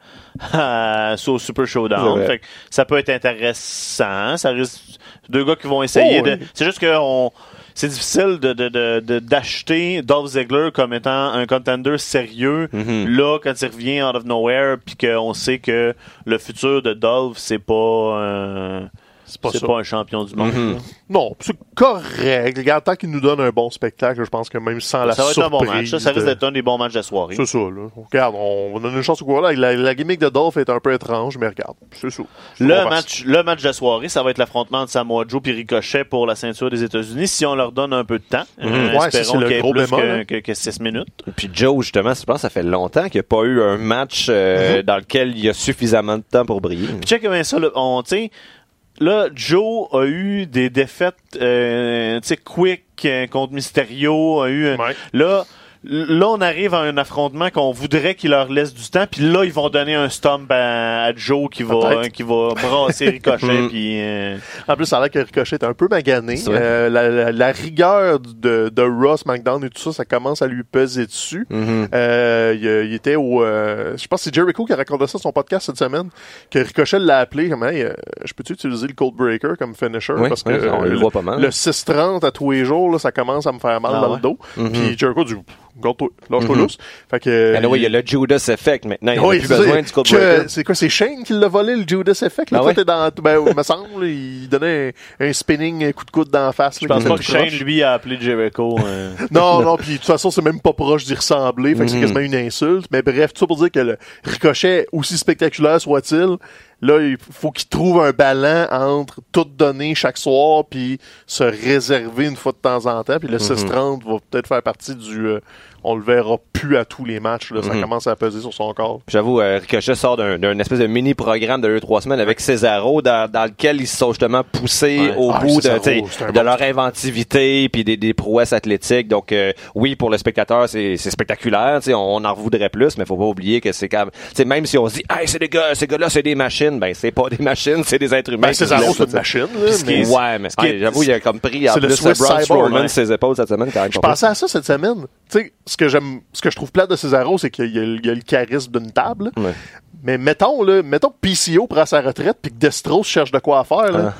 euh, sur Super C'est Showdown. vrai. Fait que ça peut être intéressant. Ça risque deux gars qui vont essayer Oh, oui. de. C'est juste que on. C'est difficile de, de, de, de- d'acheter Dolph Ziggler comme étant un contender sérieux. Mhm. Là, quand il revient out of nowhere, puis qu'on sait que le futur de Dolph, c'est pas. euh, C'est pas c'est ça. pas un champion du monde. Mhm. là. Non, c'est correct. Regarde, tant qu'il nous donne un bon spectacle, je pense que même sans la Ça va être un surprise... bon match. Ça, ça risque de- d'être un des bons matchs de la soirée. C'est ça, là. Regarde, on, on donne une chance au quoi là. La, la gimmick de Dolph est un peu étrange, mais regarde, c'est ça. C'est Le bon match, le match de la soirée, ça va être l'affrontement de Samoa Joe et Ricochet pour la ceinture des États-Unis si on leur donne un peu de temps. Euh, Ouais, ça, c'est espérons le qu'il y ait gros plus bémol, que, hein. que, que six minutes. Puis Joe, justement, je pense que ça fait longtemps qu'il n'y a pas eu un match euh, dans lequel il y a suffisamment de temps pour briller. Puis check bien ça, là, on, tu sais, là, Joe a eu des défaites, euh, tu sais, quick euh, contre Mysterio, a eu, euh, Ouais. là, là, on arrive à un affrontement qu'on voudrait qu'il leur laisse du temps, puis là, ils vont donner un stomp à, à Joe qui va, Peut-être. euh, qui va brasser Ricochet, Mm. puis euh, En plus, ça a l'air que Ricochet est un peu magané. C'est vrai. Euh, la, la, la rigueur de, de Ross, McDown et tout ça, ça commence à lui peser dessus. Mhm. Euh, il, il était au... euh, je pense que c'est Jericho qui a raconté ça sur son podcast cette semaine, que Ricochet l'a appelé comme hey, euh, je peux-tu utiliser le Cold Breaker comme finisher? Oui, Parce que oui, on euh, le voit pas mal. le six trente à tous les jours, là, ça commence à me faire mal Ah dans ouais? le dos. Mhm. Puis Jericho dit garde-toi, lâche-toi Mhm. lousse. Fait que... Anyway, il y a le Judas Effect maintenant. Il n'y a Oui, plus c'est besoin ça. du Cold Que- Breaker. C'est quoi, c'est Shane qui l'a volé, le Judas Effect? Là, Ah toi, ouais? t'es dans, ben, il me semble, il donnait un, un spinning, un coup de coude d'en face. je pense pas que Shane, lui, a appelé Jericho. euh, Non, non, puis de toute façon, c'est même pas proche d'y ressembler, fait que c'est Mhm. quasiment une insulte. Mais bref, tout ça pour dire que le Ricochet, aussi spectaculaire soit-il, là, il faut qu'il trouve un ballon entre tout donner chaque soir, puis se réserver une fois de temps en temps. Puis le six trente va peut-être faire partie du... euh, on le verra plus à tous les matchs. Là, ça Mhm. commence à peser sur son corps. J'avoue, euh, Ricochet sort d'un, d'un espèce de mini-programme de deux trois semaines avec Cesaro dans, dans lequel ils se sont justement poussés Ouais. au Ah, bout de, Cesaro, tu sais, c'est un de leur monstre. inventivité puis des, des prouesses athlétiques. Donc euh, oui, pour le spectateur, c'est, c'est spectaculaire. tu sais, On, on en voudrait plus, mais faut pas oublier que c'est quand même... tu sais, même si on se dit hey, c'est des gars, ces gars-là, c'est des machines, ben c'est pas des machines, c'est des êtres humain. Ben, qui se Cesaro, blessent, c'est une là, machine. Puis Là, ce qui mais... est- Ouais, mais Ce qui est- ouais, j'avoue, il a comme pris en c'est le plus Swiss Braun Cyborg, Strowman ouais. ses épaules cette semaine quand même. Je pas pensais à ça cette semaine. Tu sais, ce que j'aime, ce que je trouve plate de Cesaro, c'est qu'il y a, il y a le charisme d'une table. Ouais. Mais mettons, là, mettons que P C O prend sa retraite puis que Destros cherche de quoi faire, là.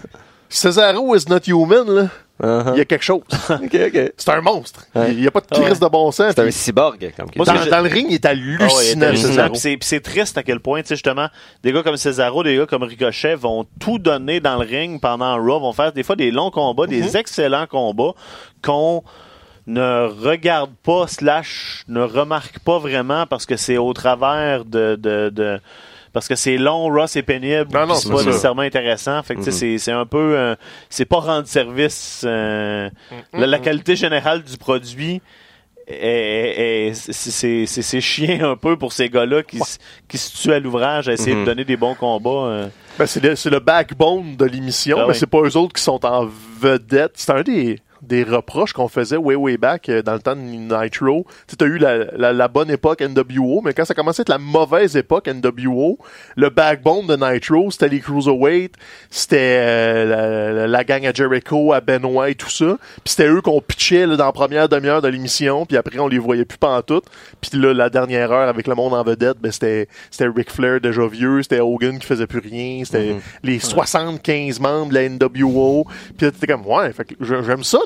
Cesaro is not human, là. Uh-huh. Il y a quelque chose. Ok, ok. C'est un monstre. Ouais. Il n'y a pas de crise de bon sens. C'est un puis cyborg, comme qu'il Moi, dit. ce Dans, que dans le ring, il est Ah ouais, il est hallucinant, hallucinant. Cesaro. Puis c'est, puis c'est triste à quel point, tu sais, justement, des gars comme Cesaro, des gars comme Ricochet vont tout donner dans le ring pendant Raw, vont faire des fois des longs combats, des excellents combats qu'on ne regarde pas, slash, ne remarque pas vraiment parce que c'est au travers de... de, de parce que c'est long, Raw, c'est pénible, Non, non, puis c'est c'est pas ça. nécessairement intéressant. Fait que, tu sais, c'est, c'est un peu... euh, c'est pas rendre service... euh, la, la qualité générale du produit... est- est- c'est- c'est c'est- c'est chiant un peu pour ces gars-là qui, s- qui se tuent à l'ouvrage à essayer Mhm. de donner des bons combats. euh. Ben, c'est le, c'est le backbone de l'émission, Ah mais oui. c'est pas eux autres qui sont en vedette. C'est un des, des reproches qu'on faisait way way back euh, dans le temps de Nitro. Tu as eu la, la, la bonne époque N W O, mais quand ça commençait à être la mauvaise époque N W O, le backbone de Nitro, c'était les Cruiserweight, c'était euh, la, la, la gang à Jericho, à Benoit et tout ça. Puis c'était eux qu'on pitchait là, dans la première demi-heure de l'émission, puis après on les voyait plus pantoute. Puis là, la dernière heure avec le monde en vedette, ben c'était c'était Ric Flair déjà vieux, c'était Hogan qui faisait plus rien, c'était les soixante-quinze membres de la N W O. Puis là, t'étais comme, ouais, fait que je- j'aime ça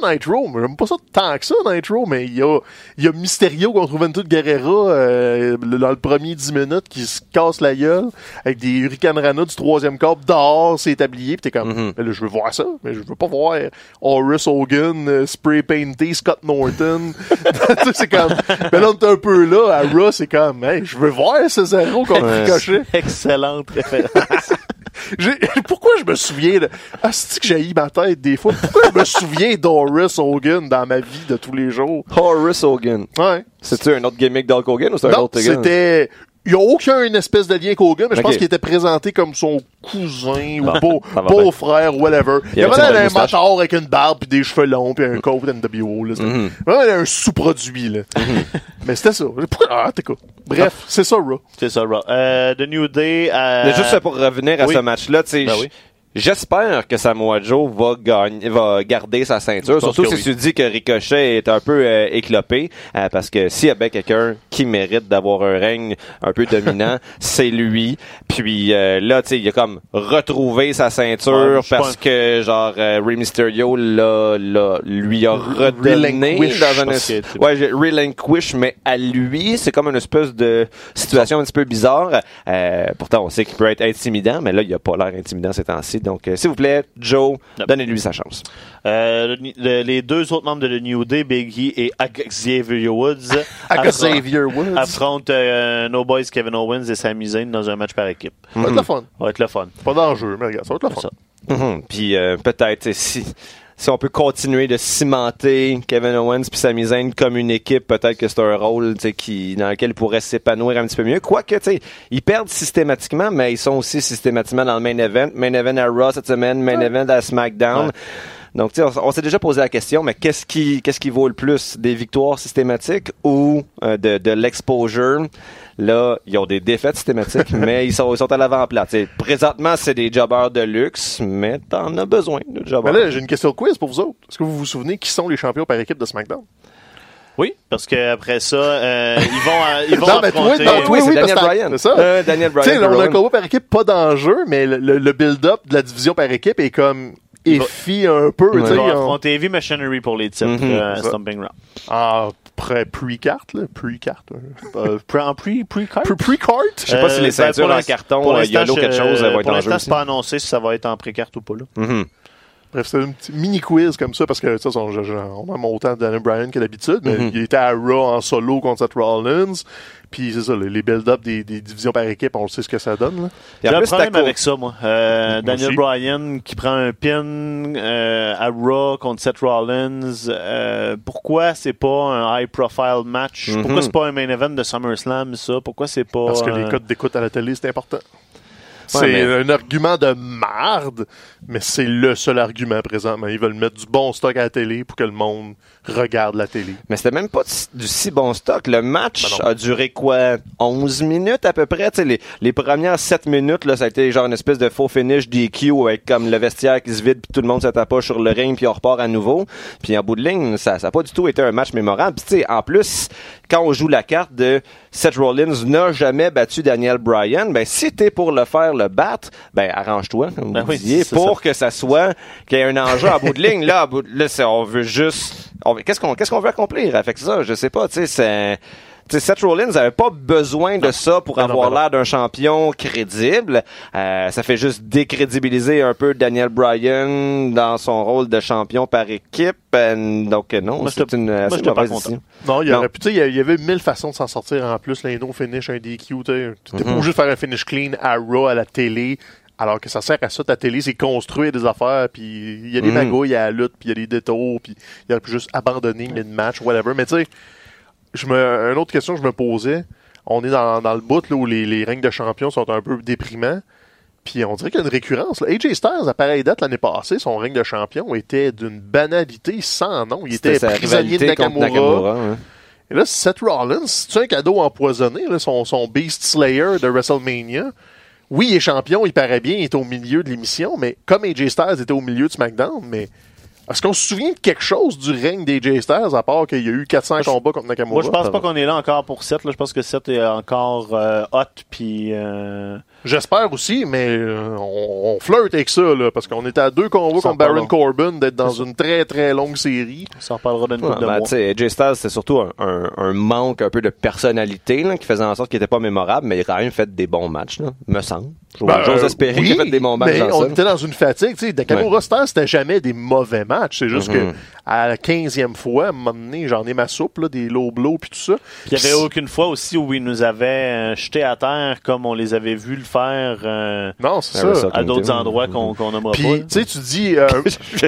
Nitro, mais j'aime pas ça tant que ça, Nitro, mais il y a, il y a Mysterio contre Juventud Guerrera euh, dans le premier dix minutes qui se casse la gueule avec des Hurricane Rana du troisième corps dehors, c'est établi, pis t'es comme, Mm-hmm. mais là, je veux voir ça, mais je veux pas voir Horace Hogan, euh, spray painté, Scott Norton. Tu sais, c'est comme, mais là, on est un peu là, à Raw, c'est comme, hey, je veux voir Cesaro contre Ouais. Ricochet. Excellente référence. J'ai- pourquoi je me souviens de... Ah, c'est que j'ai ma tête des fois. Pourquoi je me souviens d'Horace Hogan dans ma vie de tous les jours? Horace Hogan. Ouais. C'est-tu un autre gimmick d'Hulk Hogan ou c'est un Non, autre gars? c'était... Il n'y a aucun espèce de lien avec Hogan, mais je Ok. pense qu'il était présenté comme son cousin ou Bon, beau, ça va beau-frère, whatever. Il Il y avait avait une l'air d'un moustache. moteur avec une barbe puis des cheveux longs puis un coat N W O. Là. C'était Mhm. vraiment un sous-produit. Là. Mais c'était ça. Pourquoi? Ah, t'es quoi? Bref, c'est ça, Raw. C'est ça, Raw. Euh, The New Day. Euh, Mais juste pour revenir à oui. ce match-là, tu sais, Ben j- oui. j'espère que Samoa Joe va gagner, va garder sa ceinture. Je pense Surtout que si oui. tu dis que Ricochet est un peu euh, éclopé, euh, parce que s'il y a bien quelqu'un qui mérite d'avoir un règne un peu dominant, c'est lui. Puis euh, là, tu sais, il a comme retrouvé sa ceinture Ouais, je suis parce pas- que genre euh, Rey Mysterio l'a, l'a lui a redonné relinquish, dans je un pense que c'est- ouais, j'ai relinquish, mais à lui, c'est comme une espèce de situation un petit peu bizarre. Euh, pourtant, on sait qu'il peut être intimidant, mais là, il a pas l'air intimidant ces temps-ci. Donc, euh, s'il vous plaît, Joe, Yep. donnez-lui sa chance. Euh, le- le- les deux autres membres de The New Day, Big E et Xavier Woods, Avec affron- Xavier Woods. affrontent euh, No Boys, Kevin Owens et Sami Zayn dans un match par équipe. Ça va être le fun. Ça va être le fun. Pas d'enjeu, mais regarde, ça va être le C'est fun. ça. Mhm. Puis euh, peut-être tu sais, si si on peut continuer de cimenter Kevin Owens puis Sami Zayn comme une équipe, peut-être que c'est un rôle tu sais, qui dans lequel ils pourraient s'épanouir un petit peu mieux. Quoique, tu sais, ils perdent systématiquement, mais ils sont aussi systématiquement dans le main event. Main event à Raw cette semaine, main event à SmackDown. Ouais. Donc, tu sais, on, on s'est déjà posé la question, mais qu'est-ce qui, qu'est-ce qui vaut le plus, des victoires systématiques ou euh, de, de l'exposure? Là, ils ont des défaites systématiques, mais ils sont, ils sont à l'avant-plan. Tu sais, présentement, c'est des jobbers de luxe, mais t'en as besoin de Mais jobbers. là, j'ai une question quiz pour vous autres. Est-ce que vous vous souvenez qui sont les champions par équipe de SmackDown? Oui, parce qu'après ça, euh, ils vont, euh, ils vont Non, mais toi, affronter... non, oui, toi, c'est oui, Daniel parce que Bryan. c'est ça. Euh, Daniel Tu sais, Bryan. là, on a un Rowan. combat par équipe, pas d'enjeu, mais le, le- le build-up de la division par équipe est comme Il va- effi un peu. Ouais. tu sais, Ils vont on- affronter Heavy Machinery pour les titres, Mhm. euh, C'est ça. Stomping Ground. En pré- pre-carte, là. Pre-carte. Euh, pre- en pre- pre-card? Pre- Pre-carte? Je sais pas si les ceintures en carton, pour euh, l'instant, yellow, je- quelque chose, euh, vont être Pour en l'instant, jeu c'est pas annoncé si ça va être en pré-carte ou pas. Là. Mhm. Bref, c'était un petit mini-quiz comme ça, parce que, ça, on, je- je- on a autant de Daniel Bryan que d'habitude, mais Mhm. il était à Raw en solo contre Seth Rollins. Puis c'est ça, les, les build-up des, des divisions par équipe, on sait ce que ça donne. Là. Puis en J'ai un plus, problème ta co- avec ça, moi. Euh, Moi Daniel aussi. Bryan qui prend un pin euh, à Raw contre Seth Rollins. Euh, pourquoi c'est pas un high-profile match? Mhm. Pourquoi c'est pas un main event de SummerSlam, ça? Pourquoi c'est pas... Parce que euh, les codes d'écoute à la télé, c'est important. Ouais, C'est mais- un argument de marde, mais c'est le seul argument présentement. Ils veulent mettre du bon stock à la télé pour que le monde regarde la télé. Mais c'était même pas du, du si bon stock. Le match Ben non. a duré quoi? onze minutes à peu près? Tu sais, les, les premières sept minutes, là, ça a été genre une espèce de faux finish D Q avec comme le vestiaire qui se vide puis tout le monde se tapoche sur le ring puis on repart à nouveau. Puis en bout de ligne, ça ça a pas du tout été un match mémorable. Puis tu sais, en plus, quand on joue la carte de Seth Rollins n'a jamais battu Daniel Bryan, ben si t'es pour le faire le battre, ben arrange-toi, comme Ben vous oui, disiez, c'est pour que ça soit qu'il y ait un enjeu en bout de ligne. Là, à bout de- là, c'est- on veut juste, on- qu'est-ce qu'on, qu'est-ce qu'on veut accomplir avec ça? Je sais pas, tu sais, c'est, tu sais, Seth Rollins n'avait pas besoin de ça pour Ben non, avoir ben non. l'air d'un champion crédible. Euh, ça fait juste décrédibiliser un peu Daniel Bryan dans son rôle de champion par équipe. Euh, donc euh, non, Moi, c'est j'étais- une moi, assez j'étais pas mauvaise content. décision. Non, il y Non. aurait pu, tu sais, il y a- il y avait mille façons de s'en sortir en plus, là, un no-finish, un D Q, tu sais. T'es pas Mhm. obligé de faire un finish clean à Raw, à la télé, alors que ça sert à ça, ta télé, c'est construire des affaires, puis il y a des Mhm. magouilles à la lutte, puis il y a des détours, puis il aurait pu juste abandonner mid-match, whatever. Mais tu sais, je me, une autre question que je me posais, on est dans, dans le bout là, où les, les règnes de champions sont un peu déprimants, puis on dirait qu'il y a une récurrence. Là. A J Styles, à pareille date, l'année passée, son règne de champion était d'une banalité sans nom. Il était C'était sa prisonnier de rivalité contre Nakamura. Nakamura, hein. Et là, Seth Rollins, c'est un cadeau empoisonné, là, son, son Beast Slayer de WrestleMania. Oui, il est champion, il paraît bien, il est au milieu de l'émission, mais comme A J Styles était au milieu de SmackDown, mais Est-ce qu'on se souvient de quelque chose du règne des J-Stars, à part qu'il y a eu quatre cents combats contre Nakamura? Moi, je pense pas qu'on est là encore pour Seth. Là. Je pense que Seth est encore euh, hot. Puis, euh... J'espère aussi, mais euh, on, on flirte avec ça, là, parce qu'on était à deux combats contre Baron Corbin, d'être dans une très très longue série. Ça en reparlera d'une ouais, couple de ben, mois. J-Stars, c'était surtout un, un, un manque un peu de personnalité là, qui faisait en sorte qu'il était pas mémorable, mais il a quand même fait des bons matchs, là, me semble. J'ose ben, euh, espérer oui, qu'il a fait des bons matchs. Mais dans on ça, était dans une fatigue. Tu sais, Nakamura Stars, c'était jamais des mauvais matchs. C'est juste Mm-hmm. que à la quinzième fois, à un moment donné, j'en ai ma soupe, là, des low blows puis tout ça. Il n'y avait aucune fois aussi où ils nous avaient euh, jetés à terre comme on les avait vus le faire euh, non, c'est ça. à d'autres endroits qu'on qu'on nommera puis, pas. Puis, tu sais, tu dis... Euh,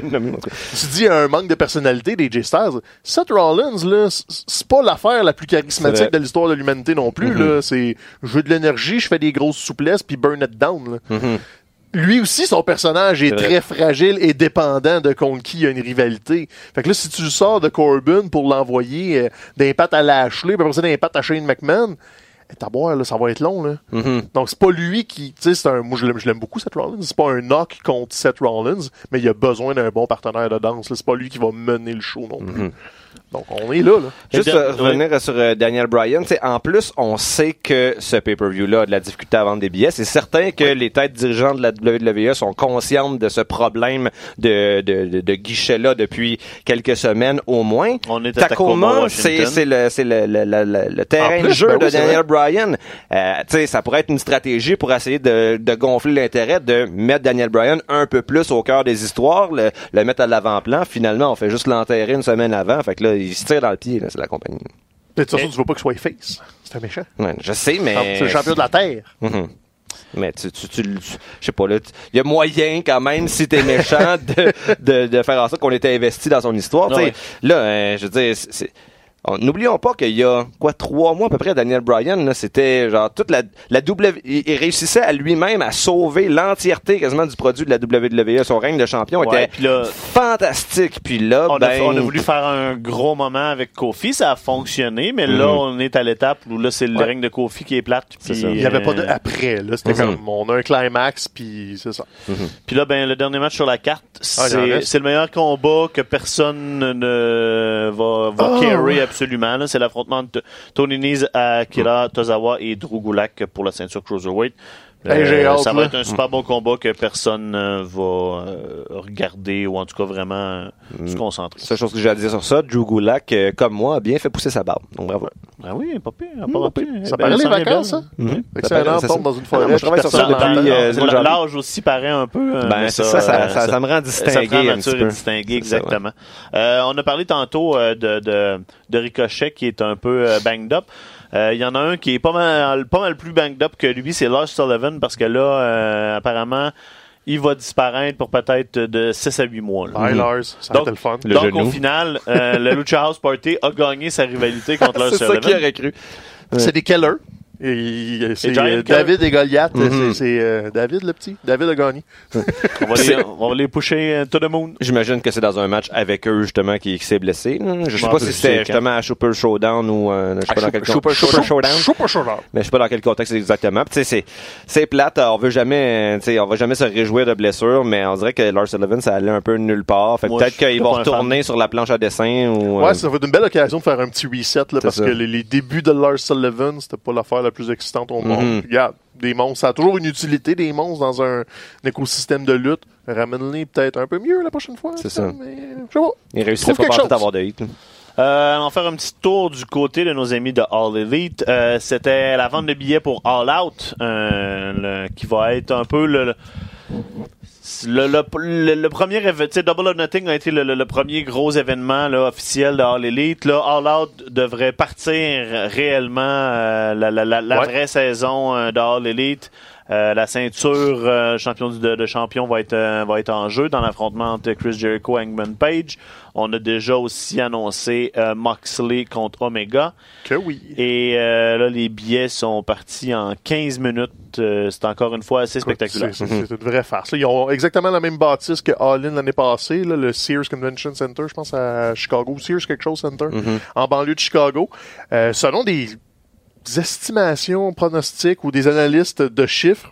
tu dis un manque de personnalité des J-Stars. Seth Rollins, là, c'est pas l'affaire la plus charismatique de l'histoire de l'humanité non plus. Mm-hmm. Là. C'est, je veux de l'énergie, je fais des grosses souplesses, puis burn it down. Là. Mm-hmm. Lui aussi, son personnage est, est très fragile et dépendant de contre qui il y a une rivalité. Fait que là, si tu le sors de Corbin pour l'envoyer euh, d'impact à Lashley, puis après ça d'impact à Shane McMahon, t'as boire, là, ça va être long, là. Mm-hmm. Donc, c'est pas lui qui, tu sais, c'est un, moi, je l'aime, je l'aime beaucoup, Seth Rollins. C'est pas un knock contre Seth Rollins, mais il a besoin d'un bon partenaire de danse, là. C'est pas lui qui va mener le show non plus. Mm-hmm. Donc, on est là, là. Juste euh, revenir oui. sur euh, Daniel Bryan, en plus, on sait que ce pay-per-view-là a de la difficulté à vendre des billets. C'est certain que les têtes dirigeantes de la W W E sont conscientes de ce problème de, de, de, de guichet-là depuis quelques semaines au moins. On est Tacoma, c'est, c'est, le, c'est le, le, le, le terrain plus, de jeu ben oui, de Daniel Bryan. Euh, ça pourrait être une stratégie pour essayer de, de gonfler l'intérêt, de mettre Daniel Bryan un peu plus au cœur des histoires, le, le mettre à l'avant-plan. Finalement, on fait juste l'enterrer une semaine avant. Fait que là, il se tire dans le pied, là, c'est la compagnie. De toute façon, tu veux pas qu'il soit face. C'est un méchant. Ouais, je sais, mais... C'est le champion de la Terre. Mm-hmm. Mais tu, tu, tu, tu je sais pas, là, il y a moyen quand même, si t'es méchant, de, de, de faire en sorte qu'on était investi dans son histoire. Ouais. Là, euh, je veux dire, c'est... c'est On, n'oublions pas qu'il y a, quoi, trois mois à peu près, Daniel Bryan, là, c'était genre toute la, la W, il, il réussissait à lui-même à sauver l'entièreté quasiment du produit de la W W E. Son règne de champion ouais, était là, fantastique. Puis là, on, ben... a, on a voulu faire un gros moment avec Kofi, ça a fonctionné, mais mm-hmm. là, on est à l'étape où là, c'est le ouais. règne de Kofi qui est plate. Puis, c'est ça. Il n'y avait pas de après, là. C'était mm-hmm. comme, on a un climax, puis c'est ça. Mm-hmm. Puis là, ben, le dernier match sur la carte, c'est, ah, c'est le meilleur combat que personne ne va, va oh. carry absolument. Là, c'est l'affrontement de Tony Nese, Akira Tozawa et Drew Gulak pour la ceinture Cruiserweight. Hey, j'ai euh, hâte, ça va là. être un super bon combat que personne euh, va euh, regarder ou en tout cas vraiment euh, mm. se concentrer. C'est la chose que j'ai à dire sur ça. Drew Gulak, euh, comme moi, a bien fait pousser sa barbe. Donc bravo. Ah oui, pas pire. Mmh, pas pire. Ça paraît les vacances, ça? Mm-hmm. Excellent, on tombe dans une forêt. Ah, moi, je travaille sur ça depuis... Euh, euh, l'âge aussi paraît un peu... Euh, ben, c'est ça, ça, ça, ça, ça me rend distingué ça me rend un petit peu. distingué, exactement. Ça, ouais. euh, on a parlé tantôt euh, de, de, de Ricochet qui est un peu euh, banged up. Il euh, y en a un qui est pas mal, pas mal plus banged up que lui, c'est Lars Sullivan, parce que là, euh, apparemment, il va disparaître pour peut-être de six à huit mois. Bye, mm-hmm. Lars. Ça a été le fun. Le donc, genou. Au final, euh, le Lucha House Party a gagné sa rivalité contre Lars Sullivan. C'est ça qui aurait cru. Ouais. C'est des killers. Et, c'est et euh, David et Goliath. Mm-hmm. C'est, c'est euh, David le petit. David a gagné. on, va les, on va les pusher euh, to the moon. J'imagine que c'est dans un match avec eux justement qui, qui s'est blessé. Là. Je sais bon, pas si c'était justement à Super Showdown ou euh, je sais pas dans quel Super, Super, Super Showdown. Super Showdown. Mais je sais pas dans quel contexte exactement. Tu sais, c'est c'est plate. On veut jamais, tu sais, on va jamais se réjouir de blessures, mais on dirait que Lars Sullivan ça allait un peu nulle part. Fait que peut-être qu'il va retourner sur la planche à dessin ou. Ouais, ça va être une belle occasion de faire un petit reset là, parce ça. que les, les débuts de Lars Sullivan c'était pas l'affaire la plus excitante au monde. Mm-hmm. Regarde, des monstres, ça a toujours une utilité, des monstres dans un, un écosystème de lutte. Ramène-les peut-être un peu mieux la prochaine fois. C'est ça. Mais, je sais pas. Il réussit pas à avoir de hit. Euh, on va faire un petit tour du côté de nos amis de All Elite. Euh, c'était la vente de billets pour All Out, euh, le, qui va être un peu le... le Le, le, le, le premier événement, Double or Nothing a été le, le, le premier gros événement là, officiel de All Elite. Là, All Out devrait partir réellement euh, la, la, la, la ouais. vraie saison euh, de All Elite. Euh, la ceinture euh, champion de, de champion va être euh, va être en jeu dans l'affrontement entre Chris Jericho et Hangman Page. On a déjà aussi annoncé euh, Moxley contre Omega. Que oui. Et euh, là, les billets sont partis en quinze minutes. Euh, c'est encore une fois assez spectaculaire. C'est, c'est, c'est une vraie farce. Là, ils ont exactement la même bâtisse que All In l'année passée, là, le Sears Convention Center, je pense à Chicago. Sears quelque chose Center, mm-hmm. en banlieue de Chicago. Euh, selon des estimations, pronostics ou des analystes de chiffres,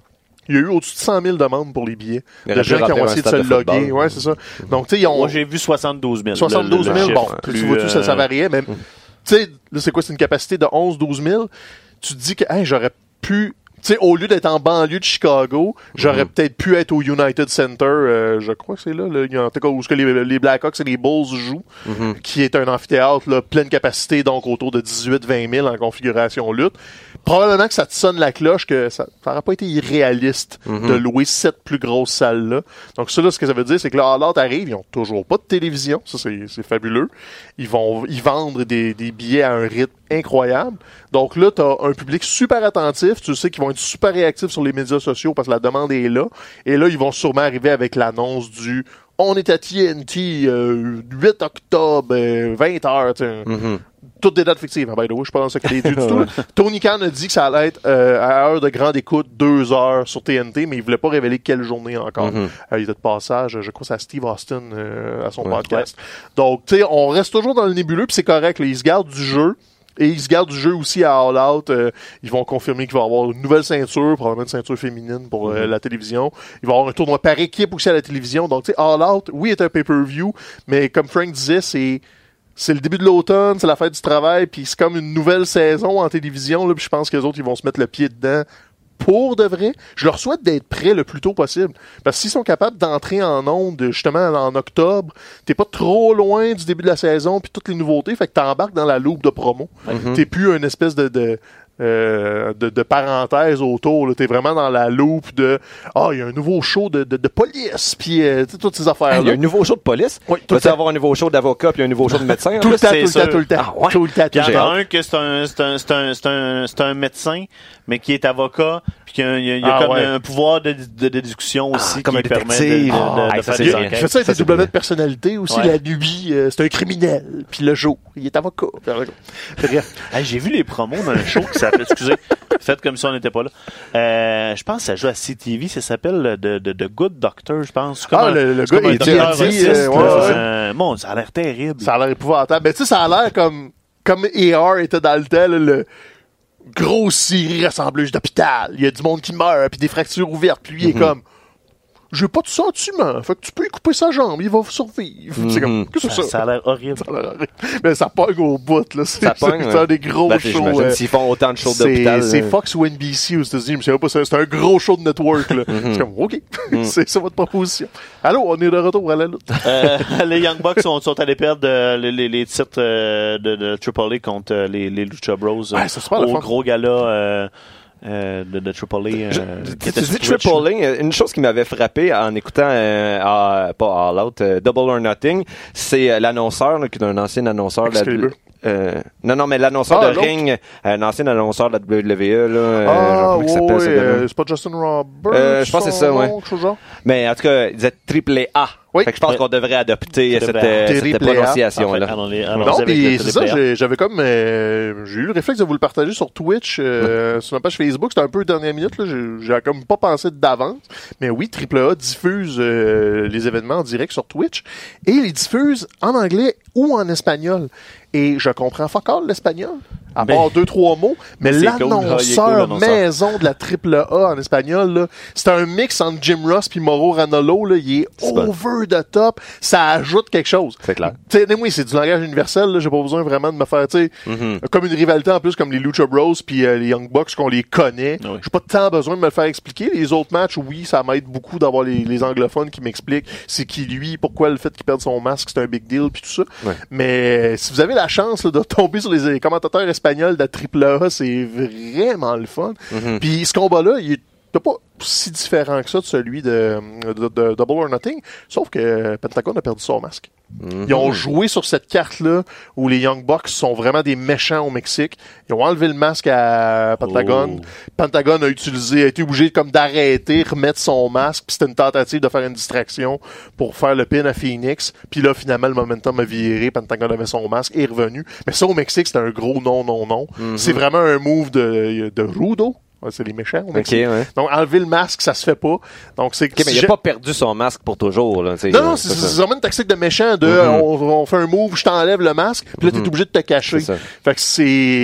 Il y a eu au-dessus de cent mille demandes pour les billets. Il De gens qui ont essayé de se loguer. Ouais, c'est ça. Donc, tu sais, ils ont... Moi, j'ai vu soixante-douze mille. soixante-douze mille, bon, plus, tu vois tout, ça, ça variait, mais, tu sais, là, c'est quoi, c'est une capacité de onze douze mille. Tu te dis que, hey, j'aurais pu, tu sais, au lieu d'être en banlieue de Chicago, j'aurais mm-hmm. peut-être pu être au United Center, euh, je crois que c'est là, là, en tout cas, où ce que les, les Blackhawks et les Bulls jouent, mm-hmm. qui est un amphithéâtre, là, pleine capacité, donc autour de dix-huit à vingt mille en configuration lutte. Probablement que ça te sonne la cloche que ça n'aurait pas été irréaliste mm-hmm. de louer cette plus grosse salle-là. Donc ça, là, ce que ça veut dire, c'est que là, All Out arrive, ils ont toujours pas de télévision. Ça, c'est, c'est fabuleux. Ils vont ils vendre des, des billets à un rythme incroyable. Donc là, t'as un public super attentif. Tu sais qu'ils vont être super réactifs sur les médias sociaux parce que la demande est là. Et là, ils vont sûrement arriver avec l'annonce du « On est à T N T, euh, huit octobre, euh, vingt heures. » mm-hmm. Toutes des dates fictives, by the way, je pense que les deux du tout. Tony Khan a dit que ça allait être euh, à heure de grande écoute, deux heures sur T N T, mais il voulait pas révéler quelle journée encore. Mm-hmm. Euh, il était de passage, je crois que c'est à Steve Austin euh, à son ouais, podcast. Ouais. Donc, tu sais, on reste toujours dans le nébuleux, puis c'est correct. Là, ils se gardent du jeu. Et ils se gardent du jeu aussi à All Out. Euh, ils vont confirmer qu'il va y avoir une nouvelle ceinture, probablement une ceinture féminine pour euh, mm-hmm. la télévision. Il va y avoir un tournoi par équipe aussi à la télévision. Donc, tu sais, All Out, oui, est un pay-per-view, mais comme Frank disait, c'est... C'est le début de l'automne, c'est la fête du travail, puis c'est comme une nouvelle saison en télévision, là, puis je pense que les autres, ils vont se mettre le pied dedans pour de vrai. Je leur souhaite d'être prêts le plus tôt possible. Parce que s'ils sont capables d'entrer en onde, justement, en octobre, t'es pas trop loin du début de la saison, puis toutes les nouveautés, fait que t'embarques dans la loupe de promo. Mm-hmm. T'es plus une espèce de... de Euh, de, de parenthèse autour, là. T'es vraiment dans la loupe de ah, oh, il y a un nouveau show de, de, de police, puis euh, toutes ces affaires-là. Il y a un nouveau show de police? Oui, tout le temps. Avoir un nouveau show d'avocat, puis un nouveau show de médecin? tout, le temps, tout, le temps, tout le temps, ah, ouais. tout le temps. Il y en a un que c'est un, c'est un, c'est un, c'est un, c'est un médecin, mais qui est avocat, puis qu'il y a, il y a, il y a ah, comme ouais. un pouvoir de, de, de discussion aussi ah, comme qui un permet de, de, ah, de, de ça, faire des enquêtes. Il fait ça avec des doublements de personnalité aussi. Ouais. La nuit, euh, c'est un criminel, puis le jour, il est avocat. Hey, j'ai vu les promos dans un show qui s'appelle, excusez, fait comme si on n'était pas là. Euh, je pense que ça joue à C T V, ça s'appelle de, de, de Good Doctor, je pense. Ah, un, le, le gars, il dit, euh, ouais, ouais. Euh, bon, ça a l'air terrible. Ça a l'air épouvantable. Mais tu sais, ça a l'air comme, comme A R était dans le temps, là, le grosse série rassemblage d'hôpital. Il y a du monde qui meurt, puis des fractures ouvertes, puis lui, mm-hmm. il est comme, j'ai pas de sentiment. Fait que tu peux lui couper sa jambe, il va survivre. Mm-hmm. C'est comme, qu'est-ce que c'est ça? Ça a l'air horrible. Ça a l'air horrible. Mais ça pogne au bout, là. C'est, ça pogne, c'est, c'est un des gros ben, shows. Euh, s'ils font autant de shows c'est, d'hôpital. C'est là. Fox ou N B C aux États-Unis, je sais pas, c'est, c'est un gros show de network, là. Mm-hmm. C'est comme, OK. Mm. c'est ça votre proposition. Allô, on est de retour à la lutte. euh, les Young Bucks sont, sont allés perdre euh, les, les, les titres euh, de, de Triple A contre euh, les, les Lucha Bros. Euh, ouais, ça au gros gala. Euh, Euh, de, de Triple A. Euh, tu dis Triple A, une chose qui m'avait frappé en écoutant, euh, à, pas All Out, euh, Double or Nothing, c'est euh, l'annonceur, là, qui est un ancien annonceur de la, euh, non, non, mais l'annonceur ah, de l'autre. Ring, un ancien annonceur de la W W E, là, euh, ah, genre, comment il s'appelle, oui, euh, c'est pas Justin Roberts? Euh, je pense que c'est ça, ouais. Genre? Mais en tout cas, il disait Triple A. Oui. Fait que je pense oui. qu'on devrait adopter cette, euh, cette prononciation-là. En fait, non, puis c'est ça, j'ai, j'avais comme, euh, j'ai eu le réflexe de vous le partager sur Twitch, euh, sur ma page Facebook, c'était un peu dernière minute, là, j'ai, j'ai comme pas pensé d'avance, mais oui, Triple A diffuse euh, les événements en direct sur Twitch, et ils les diffusent en anglais ou en espagnol. Et je comprends fuck all l'espagnol, à mais, part deux, trois mots, mais l'annonceur cool, maison de la Triple A en espagnol, là, c'est un mix entre Jim Ross puis Mauro Ranallo, là, il est c'est over bon. The top, ça ajoute quelque chose. C'est clair. Tu sais, moi, c'est du langage universel, là, j'ai pas besoin vraiment de me faire, tu sais, mm-hmm. comme une rivalité en plus, comme les Lucha Bros puis euh, les Young Bucks, qu'on les connaît. Oui. J'ai pas tant besoin de me le faire expliquer. Les autres matchs, oui, ça m'aide beaucoup d'avoir les, les anglophones qui m'expliquent c'est qui lui, pourquoi le fait qu'il perde son masque, c'est un big deal puis tout ça. Ouais. Mais si vous avez la chance là, de tomber sur les commentateurs espagnols de la Triple A, c'est vraiment le fun. Mm-hmm. Puis ce combat-là, il est pas si différent que ça de celui de, de, de Double or Nothing, sauf que Pentagon a perdu son masque. Mm-hmm. Ils ont joué sur cette carte-là où les Young Bucks sont vraiment des méchants au Mexique. Ils ont enlevé le masque à Pentagon. Oh. Pentagon a utilisé, a été obligé comme d'arrêter, remettre son masque, puis c'était une tentative de faire une distraction pour faire le pin à Phoenix. Puis là, finalement, le momentum a viré, Pentagon avait son masque et est revenu. Mais ça, au Mexique, c'était un gros non, non, non. Mm-hmm. C'est vraiment un move de, de Rudo. C'est les méchants. Okay, ouais. Donc, enlever le masque, ça se fait pas. Donc, c'est okay, mais il n'a pas perdu son masque pour toujours. Là, non, non, c'est, c'est, c'est vraiment une tactique de méchant de mm-hmm. on, on fait un move, je t'enlève le masque, puis là, t'es mm-hmm. obligé de te cacher. Fait que c'est.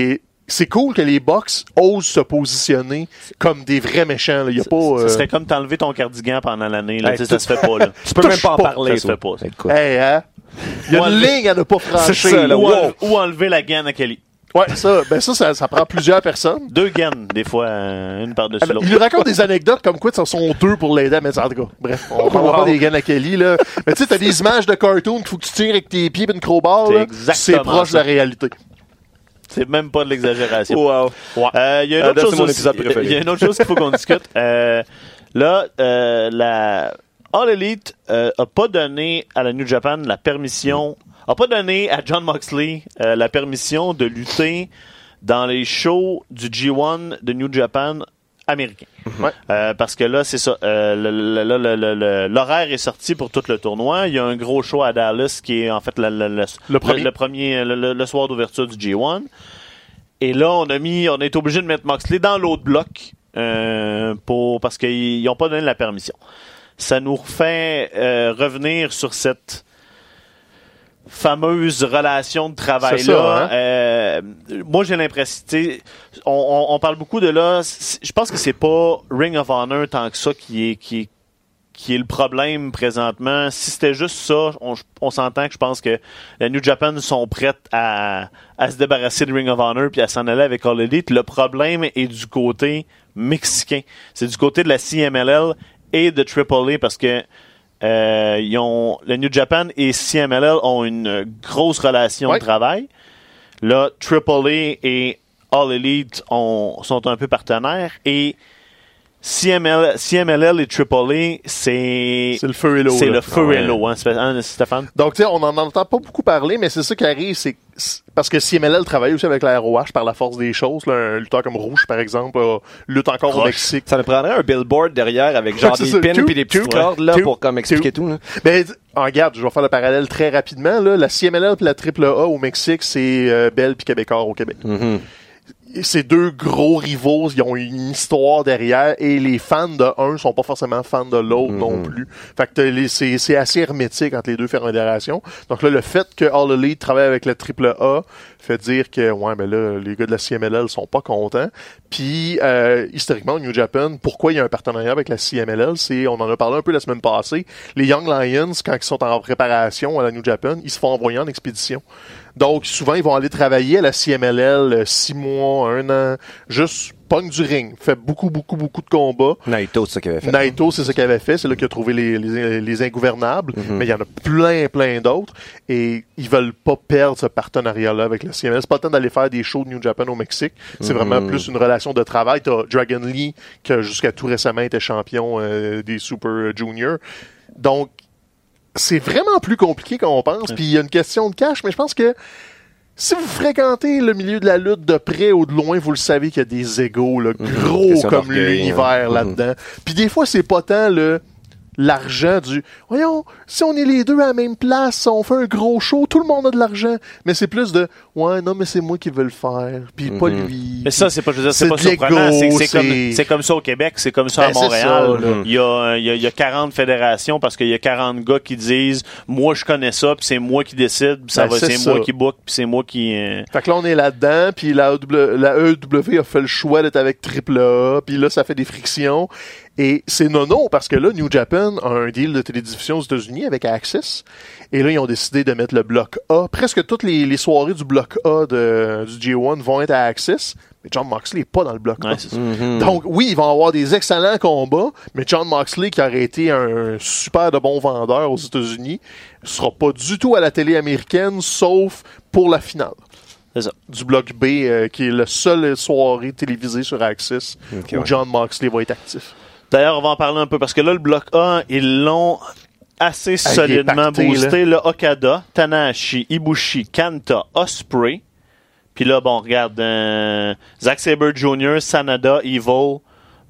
c'est cool que les Bucks osent se positionner comme des vrais méchants. Là. Y a pas, euh... Ça serait comme t'enlever ton cardigan pendant l'année. Là. Hey, ça se fait pas. Là. Tu peux même pas en parler. Ça se fait pas. Écoute. Hey, hein? Il y a une ligne à ne pas franchir. Ça, là, ou, wow. enlever, ou enlever la gaine à Kelly. Ouais, ça, ben ça, ça, ça prend plusieurs personnes. Deux gaines, des fois, euh, une par-dessus Alors, l'autre. il nous raconte des anecdotes comme quoi, ce sont deux pour l'aider à mettre ça. En tout cas, bref, on parle wow. pas des gaines à Kelly, là. Mais tu sais, t'as des images de cartoon qu'il faut que tu tires avec tes pieds et une crowbar, là. C'est proche ça. de la réalité. C'est même pas de l'exagération. Wow. Il euh, y a une autre chose aussi, il y a une autre chose qu'il faut qu'on discute. Euh, là, euh, la All Elite euh, a pas donné à la New Japan la permission, a pas donné à Jon Moxley euh, la permission de lutter dans les shows du G un de New Japan américain. Ouais. Euh, parce que là, c'est ça. Euh, le, le, le, le, le, l'horaire est sorti pour tout le tournoi. Il y a un gros show à Dallas qui est en fait le, le, le, le premier, le, le, premier le, le soir d'ouverture du G un. Et là, on a mis, on est obligé de mettre Moxley dans l'autre bloc euh, pour parce qu'ils n'ont pas donné la permission. Ça nous refait euh, revenir sur cette fameuse relation de travail là. Hein? Euh, moi, j'ai l'impression, on, on, on parle beaucoup de là. Je pense que c'est pas Ring of Honor tant que ça qui est qui est qui est le problème présentement. Si c'était juste ça, on, on s'entend que je pense que la New Japan sont prêtes à, à se débarrasser de Ring of Honor puis à s'en aller avec All Elite. Le problème est du côté mexicain. C'est du côté de la C M L L et de Triple A parce que euh, ils ont, la New Japan et C M L L ont une grosse relation ouais. de travail. Là, Triple A et All Elite ont, sont un peu partenaires et C M L, C M L L et Triple A, c'est... C'est le feu et l'eau. C'est là. le feu ouais. et l'eau, hein, Stéphane? Donc, tu sais, on n'en entend pas beaucoup parler, mais c'est ça qui arrive, c'est parce que C M L L travaille aussi avec la R O H par la force des choses. Là, un lutteur comme Rouge, par exemple, euh, lutte encore Roche. Au Mexique. Ça nous prendrait un billboard derrière avec genre des pins puis des petites cordes là, pour comme expliquer tout. Là. Ben, en regarde, je vais faire le parallèle très rapidement. Là. La C M L L et la Triple A au Mexique, c'est euh, Bell puis Québécois au Québec. Mm-hmm. Ces deux gros rivaux, ils ont une histoire derrière et les fans de un sont pas forcément fans de l'autre mm-hmm. non plus. Fait que les, c'est, c'est assez hermétique entre les deux fédérations. Donc là, le fait que All Elite travaille avec la Triple A fait dire que ouais, ben là, les gars de la C M L L sont pas contents. Puis euh, historiquement, New Japan, pourquoi il y a un partenariat avec la C M L L, c'est, on en a parlé un peu la semaine passée, les Young Lions, quand ils sont en préparation à la New Japan, ils se font envoyer en expédition. Donc, souvent, ils vont aller travailler à la C M L L six mois, un an, juste pogne du ring, fait beaucoup, beaucoup, beaucoup de combats. Naito, c'est ça qu'il avait fait. Naito, c'est ça qu'il avait fait. C'est là qu'il a trouvé les, les, les ingouvernables. Mm-hmm. Mais il y en a plein, plein d'autres. Et ils veulent pas perdre ce partenariat-là avec la C M L L. C'est pas le temps d'aller faire des shows de New Japan au Mexique. C'est mm-hmm. vraiment plus une relation de travail. T'as Dragon Lee, qui jusqu'à tout récemment était champion euh, des Super Juniors. Donc, c'est vraiment plus compliqué qu'on pense. Puis il y a une question de cash, mais je pense que si vous fréquentez le milieu de la lutte de près ou de loin, vous le savez qu'il y a des égos là, gros mmh, comme l'univers hein. là-dedans. Puis des fois, c'est pas tant le l'argent du voyons, si on est les deux à la même place, on fait un gros show, tout le monde a de l'argent, mais c'est plus de ouais, non mais c'est moi qui veux le faire, puis mm-hmm. pas lui. Mais ça c'est pas je veux dire, c'est, c'est pas surprenant, c'est, c'est, c'est comme c'est comme ça au Québec, c'est comme ça ben, à Montréal. Ça, il y a il y a il y a quarante fédérations parce qu'il y a quarante gars qui disent moi je connais ça, puis c'est moi qui décide, puis ça ben, va c'est, c'est moi qui book, puis c'est moi qui euh... Fait que là on est là-dedans, puis la, la E W a fait le choix d'être avec Triple A, puis là ça fait des frictions. Et c'est non-non, parce que là, New Japan a un deal de télédiffusion aux États-Unis avec Access. Et là, ils ont décidé de mettre le bloc A. Presque toutes les, les soirées du bloc A de, du G un vont être à Access. Mais Jon Moxley n'est pas dans le bloc A. Ouais, mm-hmm. Donc, oui, ils vont avoir des excellents combats, mais Jon Moxley, qui aurait été un super de bon vendeur aux États-Unis, ne sera pas du tout à la télé américaine, sauf pour la finale. C'est ça. Du bloc B, euh, qui est la seule soirée télévisée sur Access okay, où ouais. Jon Moxley va être actif. D'ailleurs, on va en parler un peu parce que là, le bloc A, ils l'ont assez ah, solidement pacté, boosté. Là. Là, Okada, Tanahashi, Ibushi, Kenta, Ospreay. Puis là, bon, regarde, euh, Zack Sabre junior, Sanada, Evil,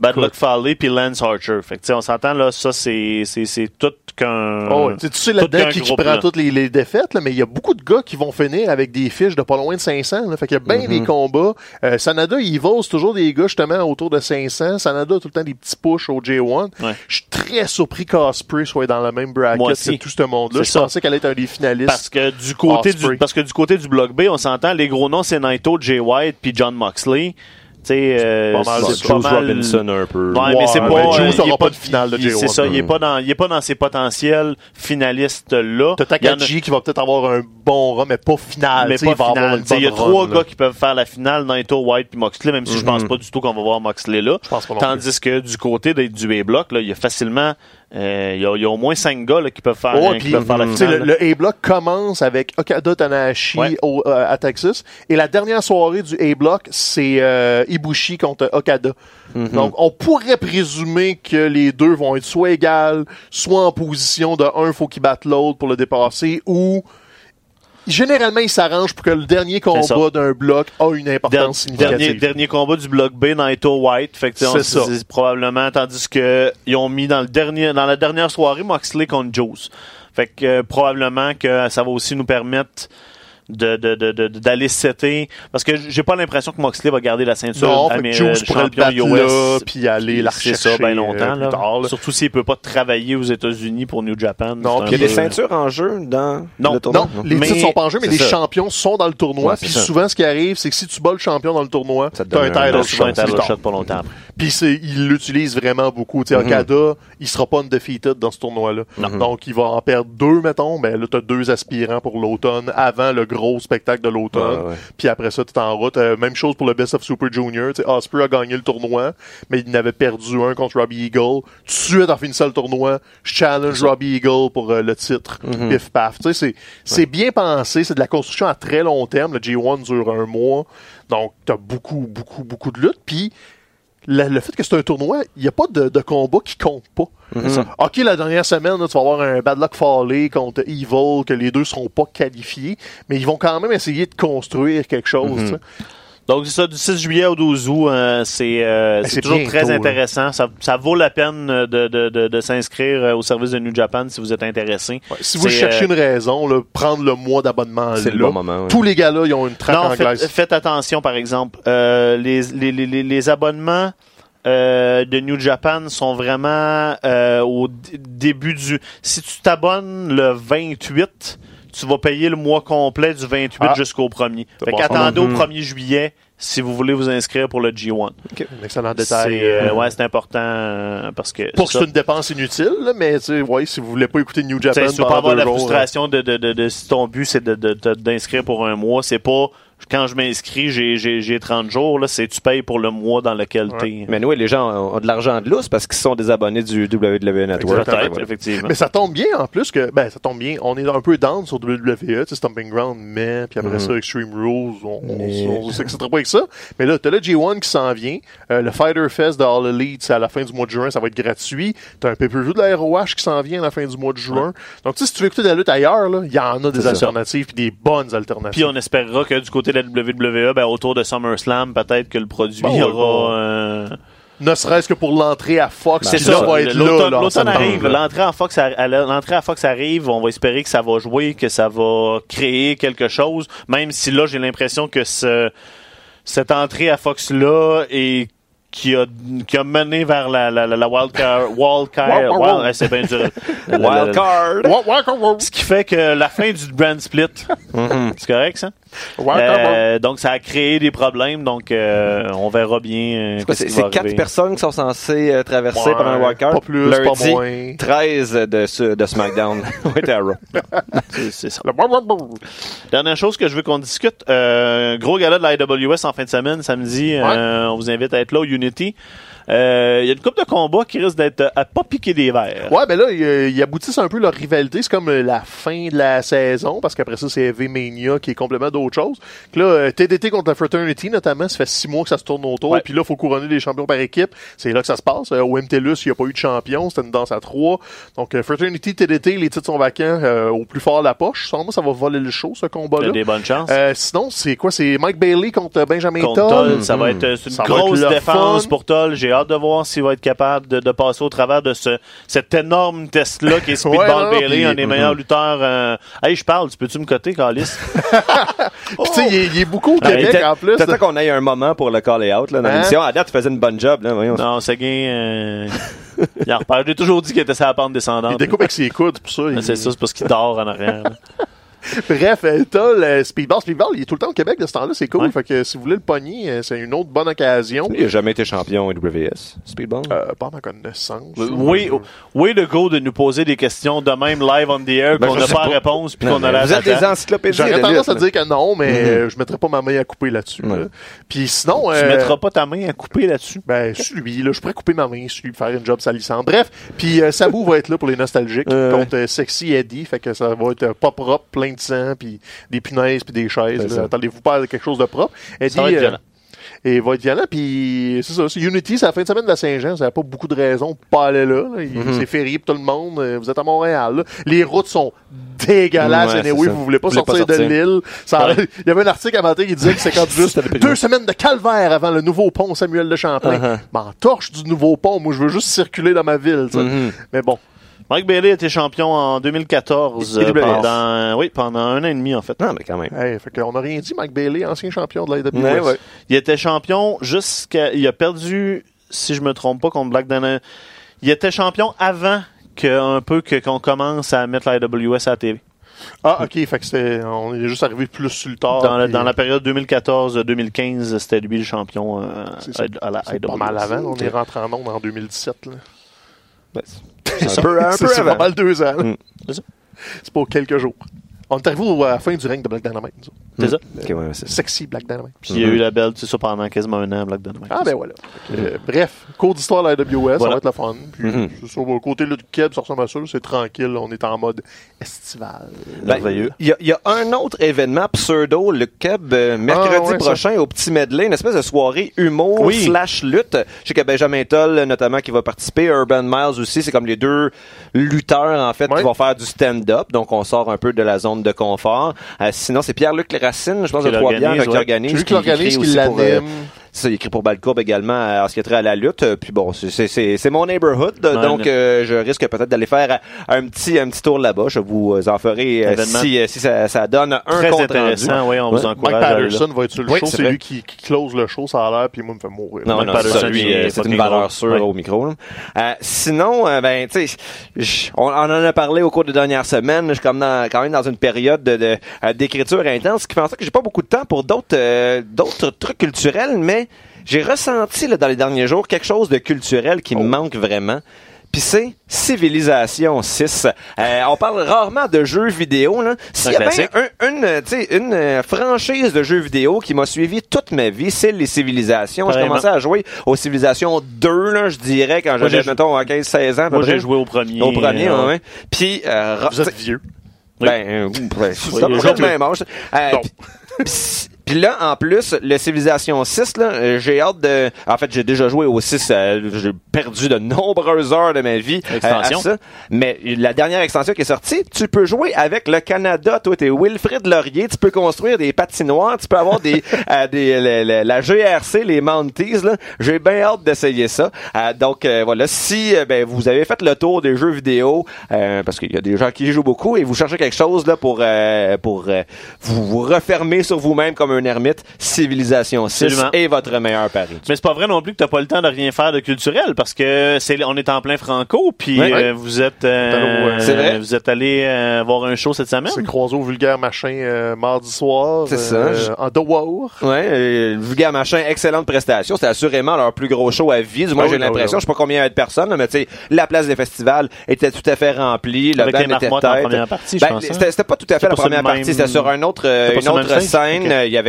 Bad Luck Fale puis Lance Archer. Fait que, tu sais, on s'entend, là, ça, c'est, c'est, c'est tout qu'un... Oh, ouais. Tu sais là-dedans qui, qui prend toutes les, les défaites, là, mais il y a beaucoup de gars qui vont finir avec des fiches de pas loin de cinq cents. Là. Fait qu'il y a bien mm-hmm. des combats. Euh, Sanada, Evil, c'est toujours des gars, justement, autour de cinq cents. Sanada a tout le temps des petits pushs au J un. Ouais. Je suis très surpris qu'Ospreay soit dans la même bracket que tout ce monde-là. Je pensais qu'elle allait être un des finalistes. Parce que du côté du, parce que du côté du Bloc B, on s'entend, les gros noms, c'est Naito, Jay White puis John Moxley. Tu sais, euh, c'est pas mal, c'est pas mal... Robinson un peu. Ouais, ouais mais c'est ouais, pas. Juice euh, n'aura pas de finale de J un. C'est ça, il est pas dans, il est pas dans ses potentiels finalistes là. T'as Takahashi a... qui va peut-être avoir un bon run, mais pas final. Mais pas final. Il y a trois gars qui peuvent faire la finale, Naito, White puis Moxley, même si mm-hmm. je pense pas du tout qu'on va voir Moxley là. Tandis que du côté du A-Block, là, il y a facilement. Il euh, y, y a au moins cinq gars là, qui peuvent faire, oh, hein, qui peuvent faire la finale. Le, le A-Block commence avec Okada Tanahashi ouais. au, euh, à Texas. Et la dernière soirée du A-Block, c'est euh, Ibushi contre Okada. Mm-hmm. Donc, on pourrait présumer que les deux vont être soit égales, soit en position de un, il faut qu'ils battent l'autre pour le dépasser, ou... Généralement, ils s'arrangent pour que le dernier combat d'un bloc a une importance Der- significative. Dernier, dernier combat du bloc B, Naito White. Fait que c'est, on, ça. C'est probablement, tandis que ils ont mis dans le dernier, dans la dernière soirée Moxley contre Juice. Fait que euh, probablement que ça va aussi nous permettre de, de, de, de, d'aller setter. Parce que j'ai pas l'impression que Moxley va garder la ceinture. Non, à fait mes, que Juice pourrait le battre là, puis aller la rechercher. C'est ça, bien longtemps. Euh, tard, là. Surtout s'il peut pas travailler aux États-Unis pour New Japan. Non, il y a des ceintures en jeu dans non, le tournoi. Non, les mais titres sont pas en jeu, mais les ça. champions sont dans le tournoi. Ouais, puis souvent, ce qui arrive, c'est que si tu bats le champion dans le tournoi, t'as un title shot. Un title shot pas longtemps après. Puis il l'utilise vraiment beaucoup. Tu sais, Okada, il sera pas undefeated dans ce tournoi-là. Donc, il va en perdre deux, mettons. Ben là, t'as deux aspirants pour l'automne avant le gros spectacle de l'automne. Ouais, ouais. Puis après ça, tu es en route. Euh, même chose pour le Best of Super Junior. T'sais, Ospreay a gagné le tournoi, mais il n'avait perdu un contre Robbie Eagle. Tout de suite, en finissant le tournoi, je challenge Robbie Eagle pour euh, le titre. Mm-hmm. Pif paf. C'est, c'est ouais. bien pensé. C'est de la construction à très long terme. Le G un dure un mois. Donc, tu as beaucoup, beaucoup, beaucoup de luttes. Puis, le, le fait que c'est un tournoi, il n'y a pas de, de combat qui compte pas. Mm-hmm. OK, la dernière semaine, là, tu vas avoir un Bad Luck Fale contre Evil, que les deux seront pas qualifiés, mais ils vont quand même essayer de construire quelque chose. Mm-hmm. Donc, c'est ça, du six juillet au douze août, euh, c'est, euh, c'est, c'est toujours très tôt, intéressant. Ça, ça vaut la peine de, de, de, de s'inscrire au service de New Japan si vous êtes intéressé. Ouais, si vous c'est, cherchez euh, une raison, là, prendre le mois d'abonnement, c'est là, le bon moment. Ouais. Tous les gars-là, ils ont une traque non, anglaise. Faites, faites attention, par exemple. Euh, les, les, les, les abonnements Euh, de New Japan sont vraiment euh, au d- début du... Si tu t'abonnes le vingt-huit, tu vas payer le mois complet du vingt-huit ah. jusqu'au premier. Fait bon, qu'attendez mm-hmm. au premier juillet si vous voulez vous inscrire pour le G un. Okay. Un excellent détail. C'est, euh, ouais, c'est important euh, parce que... Pour que c'est une dépense inutile, là, mais ouais, si vous voulez pas écouter New Japan... Tu ne pas avoir la frustration de, de, de, de si ton but c'est de, de, de, d'inscrire pour un mois, c'est pas... Quand je m'inscris, j'ai, j'ai, j'ai trente jours, là, c'est tu payes pour le mois dans lequel ouais. t'es. Mais nous, les gens ont, ont de l'argent de lousse parce qu'ils sont des abonnés du W W E Network. Peut-être, ouais. effectivement. Mais ça tombe bien en plus que, ben, ça tombe bien. On est un peu down sur W W E, tu sais, Stomping Ground, mais, puis après mm-hmm. ça, Extreme Rules, on, mais... on, on, on s'excitera pas avec ça. Mais là, t'as le G un qui s'en vient. Euh, le Fighter Fest de All Elite, c'est à la fin du mois de juin, ça va être gratuit. T'as un pay-per-view de la R O H qui s'en vient à la fin du mois de juin. Ouais. Donc, tu sais, si tu veux écouter de la lutte ailleurs, là, il y en a des c'est alternatives, puis des bonnes alternatives. Puis on espérera que du côté de la W W E, ben, autour de SummerSlam, peut-être que le produit bon, aura... Bon. Euh... Ne serait-ce que pour l'entrée à Fox. C'est ça, va être l'automne, là, l'automne arrive. L'entrée à, Fox, à, l'entrée à Fox arrive, on va espérer que ça va jouer, que ça va créer quelque chose, même si là, j'ai l'impression que ce, cette entrée à Fox-là est qui a qui a mené vers la la la, la wild card wild card wild, ouais, c'est bien dur wild card ce qui fait que la fin du brand split mm-hmm. c'est correct ça euh, donc ça a créé des problèmes donc euh, on verra bien c'est, quoi, c'est, c'est quatre personnes qui sont censées euh, traverser ouais, pendant le wild card pas plus lundi, pas moins treize de, de SmackDown était à Raw. c'est, c'est ça dernière chose que je veux qu'on discute euh, gros gala de la I W S en fin de semaine samedi ouais. euh, on vous invite à être là au Unity. Il euh, y a une couple de combats qui risquent d'être à pas piquer des verres. Ouais, ben là, ils aboutissent un peu leur rivalité. C'est comme la fin de la saison, parce qu'après ça, c'est V Mania qui est complètement d'autres choses. Que là, euh, T D T contre la Fraternity, notamment, ça fait six mois que ça se tourne autour. Ouais. Puis là, il faut couronner des champions par équipe. C'est là que ça se passe. Euh, au M T L U S, il n'y a pas eu de champion. C'était une danse à trois. Donc, euh, Fraternity, T D T, les titres sont vacants euh, au plus fort de la poche. Sans moi, ça va voler le show, ce Il y combat-là. a des bonnes chances. Euh, sinon, c'est quoi? C'est Mike Bailey contre Benjamin Contre Toll. Toll, ça va être euh, c'est une Ça va grosse être le défense fun. pour Toll. J'ai hâte de voir s'il va être capable de, de passer au travers de ce, cet énorme test-là qui est Speedball Ouais, non, Bailey, puis- un des meilleurs lutteurs. Euh... Hey, je parle, tu peux-tu me coter, Calis? Puis tu sais, il est- il est beaucoup au Ah, Québec, t'as- en plus. T'attends qu'on ait un moment pour le call-out, là, dans Hein? l'émission. À date, tu faisais une bonne job, là, voyons. Non, Seguin, euh... il en repart. J'ai toujours dit qu'il était sur la pente Il descendante. découpe avec ses coudes, c'est pour ça. Mais il- c'est ça, c'est parce qu'il dort en arrière. là. Bref, euh, t'as le Speedball. Speedball, il est tout le temps au Québec de ce temps-là, c'est cool. Ouais. Fait que si vous voulez le pogner, euh, c'est une autre bonne occasion. Il n'a jamais été champion W S, Speedball. Euh, pas à ma connaissance. Oui, oui, le go de nous poser des questions de même live on the air, Ben, qu'on je n'a sais pas pas. la réponse, puis Non, qu'on a mais la vous êtes des totale. encyclopédies J'aurais de tendance lutte, à dire que non, mais Mhm. euh, je mettrais pas ma main à couper là-dessus. Ouais. là. Puis sinon... Tu euh, mettras pas ta main à couper là-dessus. Ben, celui, là, je pourrais couper ma main, celui, faire une job salissante. Bref, puis euh, Sabu va être là pour les nostalgiques, Euh, contre euh, Sexy Eddie, fait que ça va être euh, pas propre, plein de sang, puis des punaises, puis des chaises. C'est là. ça. Attendez-vous pas à quelque chose de propre. Eddie, Ça va être euh, violent. et il va être violent, puis c'est ça, c'est Unity, c'est la fin de semaine de la Saint-Jean, ça n'a pas beaucoup de raisons pour pas aller là. là. Il- Mhm. C'est férié pour tout le monde, euh, vous êtes à Montréal. là. Les routes sont dégueulasses, Ouais, anyway, c'est ça. vous voulez pas Vous voulez sortir pas de sortir. l'île. Ça- Ouais. Il y avait un article à matin qui disait que c'est quand juste C'était le deux semaines de calvaire avant le nouveau pont Samuel de Champlain. Uh-huh. Ben, en torche du nouveau pont, moi je veux juste circuler dans ma ville. tu sais. Mhm. Mais bon. Mike Bailey a été champion en deux mille quatorze, Et- et euh, W S. pendant, oui, pendant un an et demi, en fait. Non, mais quand même. Hey, fait qu'on n'a rien dit, Mike Bailey, ancien champion de la A W S. Ouais, ouais. Il était champion jusqu'à, il a perdu, si je me trompe pas, contre Black Dana. Il était champion avant que, un peu, que, qu'on commence à mettre la A W S à la T V. Ah, ok, fait que c'était, on est juste arrivé plus sur le tard. Dans, la, puis- dans la période deux mille quatorze deux mille quinze, c'était lui le champion euh, C'est ça. à, à la C'est A W S. pas mal avant, on est rentré en onde en deux mille dix-sept. Là. Ben, c'est un peu, un C'est peu c'est avant. pas mal deux ans. là. Mm. C'est ça. C'est pas quelques jours. On est arrivé au- à la fin du règne de Black Dynamite. nous autres. C'est ça. Ok, ouais, c'est ça. Sexy Black Dynamite. Puis il y a eu la belle, c'est ça, pendant quasiment un an, Black Dynamite. Ah ben voilà. Fait que, euh, bref, cours d'histoire de la A W S, ça Voilà. va être le fun. Puis Mhm. c'est sur le côté là, du Québec, ça ressemble à ça, là, c'est tranquille, on est en mode estival. Ben, Merveilleux. Il y, a- il y a un autre événement pseudo, le Keb, euh, mercredi Ah, ouais, prochain au Petit Medley, une espèce de soirée humour Oui. slash lutte. Je sais que Benjamin Toll, notamment, qui va participer, Urban Miles aussi, c'est comme les deux lutteurs, en fait, Ouais. qui vont faire du stand-up. Donc, on sort un peu de la zone de confort. Euh, sinon, c'est Pierre-Luc Racine, je pense, Qui de Trois-Bières, l'organise, qui ouais. organise. Celui qui qui l'organise, écrit qui aussi pour, euh, l'anime. Ça, il écrit pour Balcourbe également euh, en ce qui a trait à la lutte. Euh, Puis bon, c'est- c'est c'est- c'est mon neighborhood, Ouais, donc euh, je risque peut-être d'aller faire euh, un petit un petit tour là-bas. Je vous en ferai euh, Événement. si, euh, si ça, ça donne un Très compte intéressant, oui, on Ouais. vous Mike encourage à aller là. Patterson va être sur le Oui, show, c'est c'est vrai. lui qui, qui close le show, ça a l'air, puis moi, il me fait mourir. Non, Mike non, Patterson, ça, lui, il est euh, c'est fucking une valeur gros. sûre Ouais. au micro. là. Euh, sinon, euh, ben, tu sais, j- on, on en a parlé au cours des dernières semaines. Je suis comme dans, quand même dans une période de, de, euh, d'écriture intense, ce qui fait en sorte que j'ai pas beaucoup de temps pour d'autres, euh, d'autres trucs culturels, mais j'ai ressenti là, dans les derniers jours quelque chose de culturel qui me manque vraiment. Puis c'est Civilisation six. Euh, on parle rarement de jeux vidéo. Là. S'il y Un a bien classique. un- une, tu sais, une euh, franchise de jeux vidéo qui m'a suivi toute ma vie, c'est les Civilisations. J'ai Pareillement. commencé à jouer aux Civilisations deux, là, je dirais, quand Moi, j'avais, j'ai- mettons, à quinze seize ans. à peu Moi, j'ai près. joué au premier. Au premier, euh, ouais, ouais. Puis, euh, ra- Vous êtes vieux. ben, euh, ouais, c'est Oui, à peu les près gens- le même âge. Euh, Non. puis- puis- Puis là, en plus, le Civilisation six, là, euh, j'ai hâte de... En fait, j'ai déjà joué au six. euh, j'ai perdu de nombreuses heures de ma vie euh, à Extension. ça. Mais la dernière extension qui est sortie, tu peux jouer avec le Canada. Toi, t'es Wilfrid Laurier. Tu peux construire des patinoires. Tu peux avoir des, euh, des le- le- la G R C, les Mounties. Là. J'ai bien hâte d'essayer ça. Euh, donc, euh, voilà. Si euh, ben, vous avez fait le tour des jeux vidéo, euh, parce qu'il y a des gens qui y jouent beaucoup, et vous cherchez quelque chose là pour, euh, pour euh, vous, vous refermer sur vous-même comme un ermite, Civilisation six Absolument. est votre meilleur pari. Mais c'est pas vrai non plus que t'as pas le temps de rien faire de culturel parce que c'est on est en plein franco puis Ouais, euh, vous êtes euh, Allô, euh, c'est vrai. vous êtes allé euh, voir un show cette semaine. C'est croisé au vulgaire machin euh, mardi soir. C'est ça, euh, je- En Dewar. Ouais, euh, Vulgaire Machin, excellente prestation. C'était assurément leur plus gros show à vie. Du moins, Ah oui, j'ai ah l'impression. oui, ah oui. Je sais pas combien il y avait de personnes, là, mais tu sais, la place des festivals était tout à fait remplie. Le Avec band les était marmottes en tête. première partie, je Ben, pense, hein. c'était, c'était pas tout à fait la pas sur le première même- partie. C'était sur un autre, euh, C'était pas une sur le autre même stage? scène. Ok. Euh, Il y avait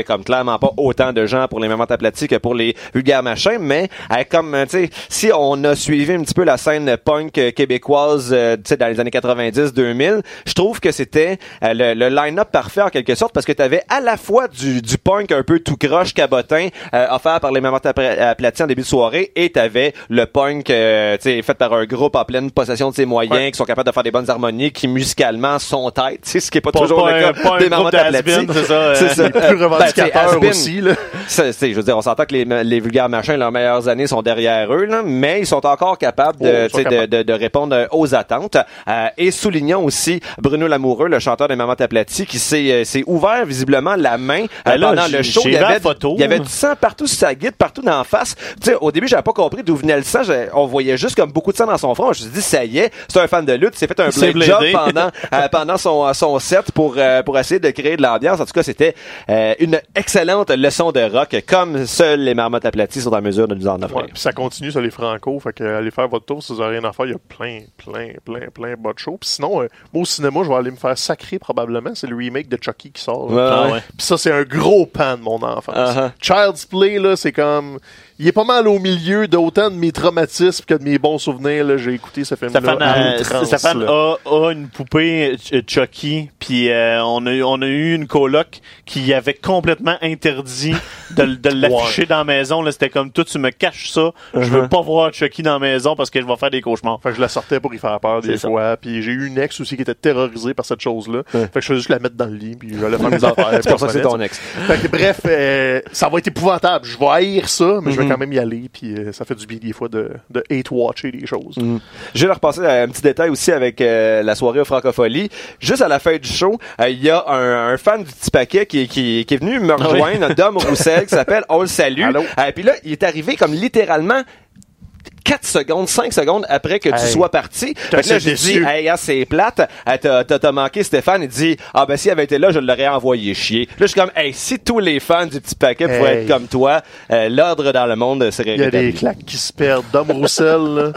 avait comme clairement pas autant de gens pour les mamans aplaties que pour les vulgaires machins, mais euh, comme tu sais, si on a suivi un petit peu la scène punk euh, québécoise, euh, tu sais, dans les années quatre-vingt-dix deux mille, je trouve que c'était euh, le, le line-up parfait en quelque sorte parce que t'avais à la fois du, du punk un peu tout croche cabotin euh, offert par les mamans aplaties en début de soirée et t'avais le punk euh, tu sais fait par un groupe en pleine possession de ses moyens, ouais. qui sont capables de faire des bonnes harmonies, qui musicalement sont têtes, tu sais, ce qui est pas, pas toujours pas le un, cas des mamans aplaties. C'est ça, euh, c'est ça. Les plus revendicateurs ben, aussi là. C'est, c'est, je veux dire, on s'entend que les, les vulgaires machins, leurs meilleures années sont derrière eux, là, mais ils sont encore capables de, oh, de, de, de répondre aux attentes. Euh, et soulignons aussi Bruno Lamoureux, le chanteur des mamans aplaties, qui s'est, s'est ouvert visiblement la main euh, là, pendant le show. Il y avait, photo, il y avait du sang partout sur sa guide, partout d'en face. Tu sais, au début, j'avais pas compris d'où venait le sang. On voyait juste comme beaucoup de sang dans son front. Je me suis dit, ça y est, c'est un fan de lutte. Il s'est fait un blade job pendant euh, pendant son son set pour euh, pour essayer de créer de l'ambiance. En tout cas, c'était euh, une excellente leçon de rock, comme seuls les marmottes aplaties sont en mesure de nous en offrir. Ouais, puis ça continue sur les Franco, fait que allez faire votre tour si vous n'avez rien à faire. Il y a plein, plein, plein, plein de bas de show. Puis sinon, euh, moi au cinéma, je vais aller me faire sacrer probablement. C'est le remake de Chucky qui sort. Ouais, ah, ouais. Puis ça, c'est un gros pan de mon enfance. Uh-huh. Child's Play, là, c'est comme... Il est pas mal au milieu d'autant de mes traumatismes que de mes bons souvenirs. Là. J'ai écouté ce film-là. Stéphane, euh, Stéphane a, a une poupée Chucky, puis euh, on, a, on a eu une coloc qui avait complètement interdit de, de l'afficher ouais. dans la maison. Là. C'était comme, toi, tu me caches ça. Uh-huh. Je veux pas voir Chucky dans la maison parce que je vais faire des cauchemars. Fait que je la sortais pour y faire peur des c'est fois. Puis j'ai eu une ex aussi qui était terrorisée par cette chose-là. Ouais. Fait que je faisais juste la mettre dans le lit, puis j'allais faire mes affaires. C'est pour ça que c'est ton ex. Fait que bref, euh, ça va être épouvantable. Je vais haïr ça, mais mm-hmm. je vais quand même y aller, puis euh, ça fait du bien des fois de, de hate-watcher des choses. Mm. Je vais leur passer un petit détail aussi avec euh, la soirée au Francophonie. Juste à la fin du show, il euh, y a un, un fan du petit paquet qui, qui, qui est venu me rejoindre, un Dom Roussel, qui s'appelle On le salue. Euh, puis là, il est arrivé comme littéralement quatre secondes, cinq secondes après que tu hey, sois parti. Fait que là, j'ai dit, hey, ah, c'est plate. Euh, t'as, t'as, t'as manqué Stéphane. Il dit, ah, ben, s'il avait été là, je l'aurais envoyé chier. Là, je suis comme, hey, si tous les fans du petit paquet hey. pouvaient être comme toi, euh, l'ordre dans le monde serait rétabli. Il y a des claques qui se perdent. Dom Roussel, là.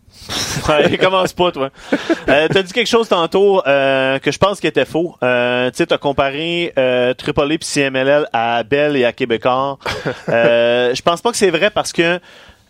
Ouais, commence pas, toi. Euh, t'as dit quelque chose tantôt euh, que je pense qui était faux. Euh, tu sais, t'as comparé euh, Triple A et C M L L à Bell et à Québécois. Euh, je pense pas que c'est vrai parce que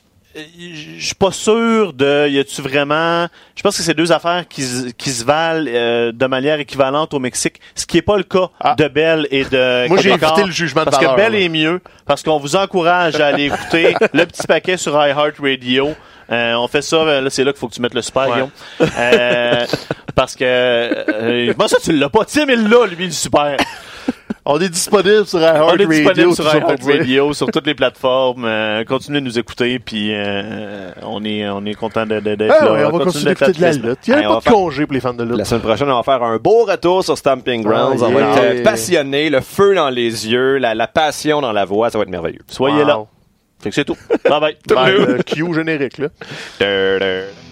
je suis pas sûr de y a-tu vraiment je pense que c'est deux affaires qui, qui se valent euh, de manière équivalente au Mexique, ce qui est pas le cas ah. de Bell et de moi Québécois, j'ai évité le jugement de parce valeur, que Bell là. est mieux parce qu'on vous encourage à aller écouter le petit paquet sur iHeartRadio. Euh, on fait ça, là, c'est là qu'il faut que tu mettes le super, ouais. Guillaume. Euh, parce que euh, comment ça tu l'as pas? Tim il l'a, lui, le super. On est disponible sur iHeartRadio. On est disponible sur iHeartRadio, sur toutes les plateformes. Euh, continuez de nous écouter, puis euh, on est on est content de, de, d'être ah, là. Ouais, on va continuer d'écouter de la lutte. Il n'y a hey, pas de faire... congé pour les fans de lutte. La semaine prochaine, on va faire un beau retour sur Stamping Grounds. Ah, on yeah. va être passionné, le feu dans les yeux, la, la passion dans la voix. Ça va être merveilleux. Soyez wow. là. Fait que c'est tout. Bye bye. bye. Le Q générique, là.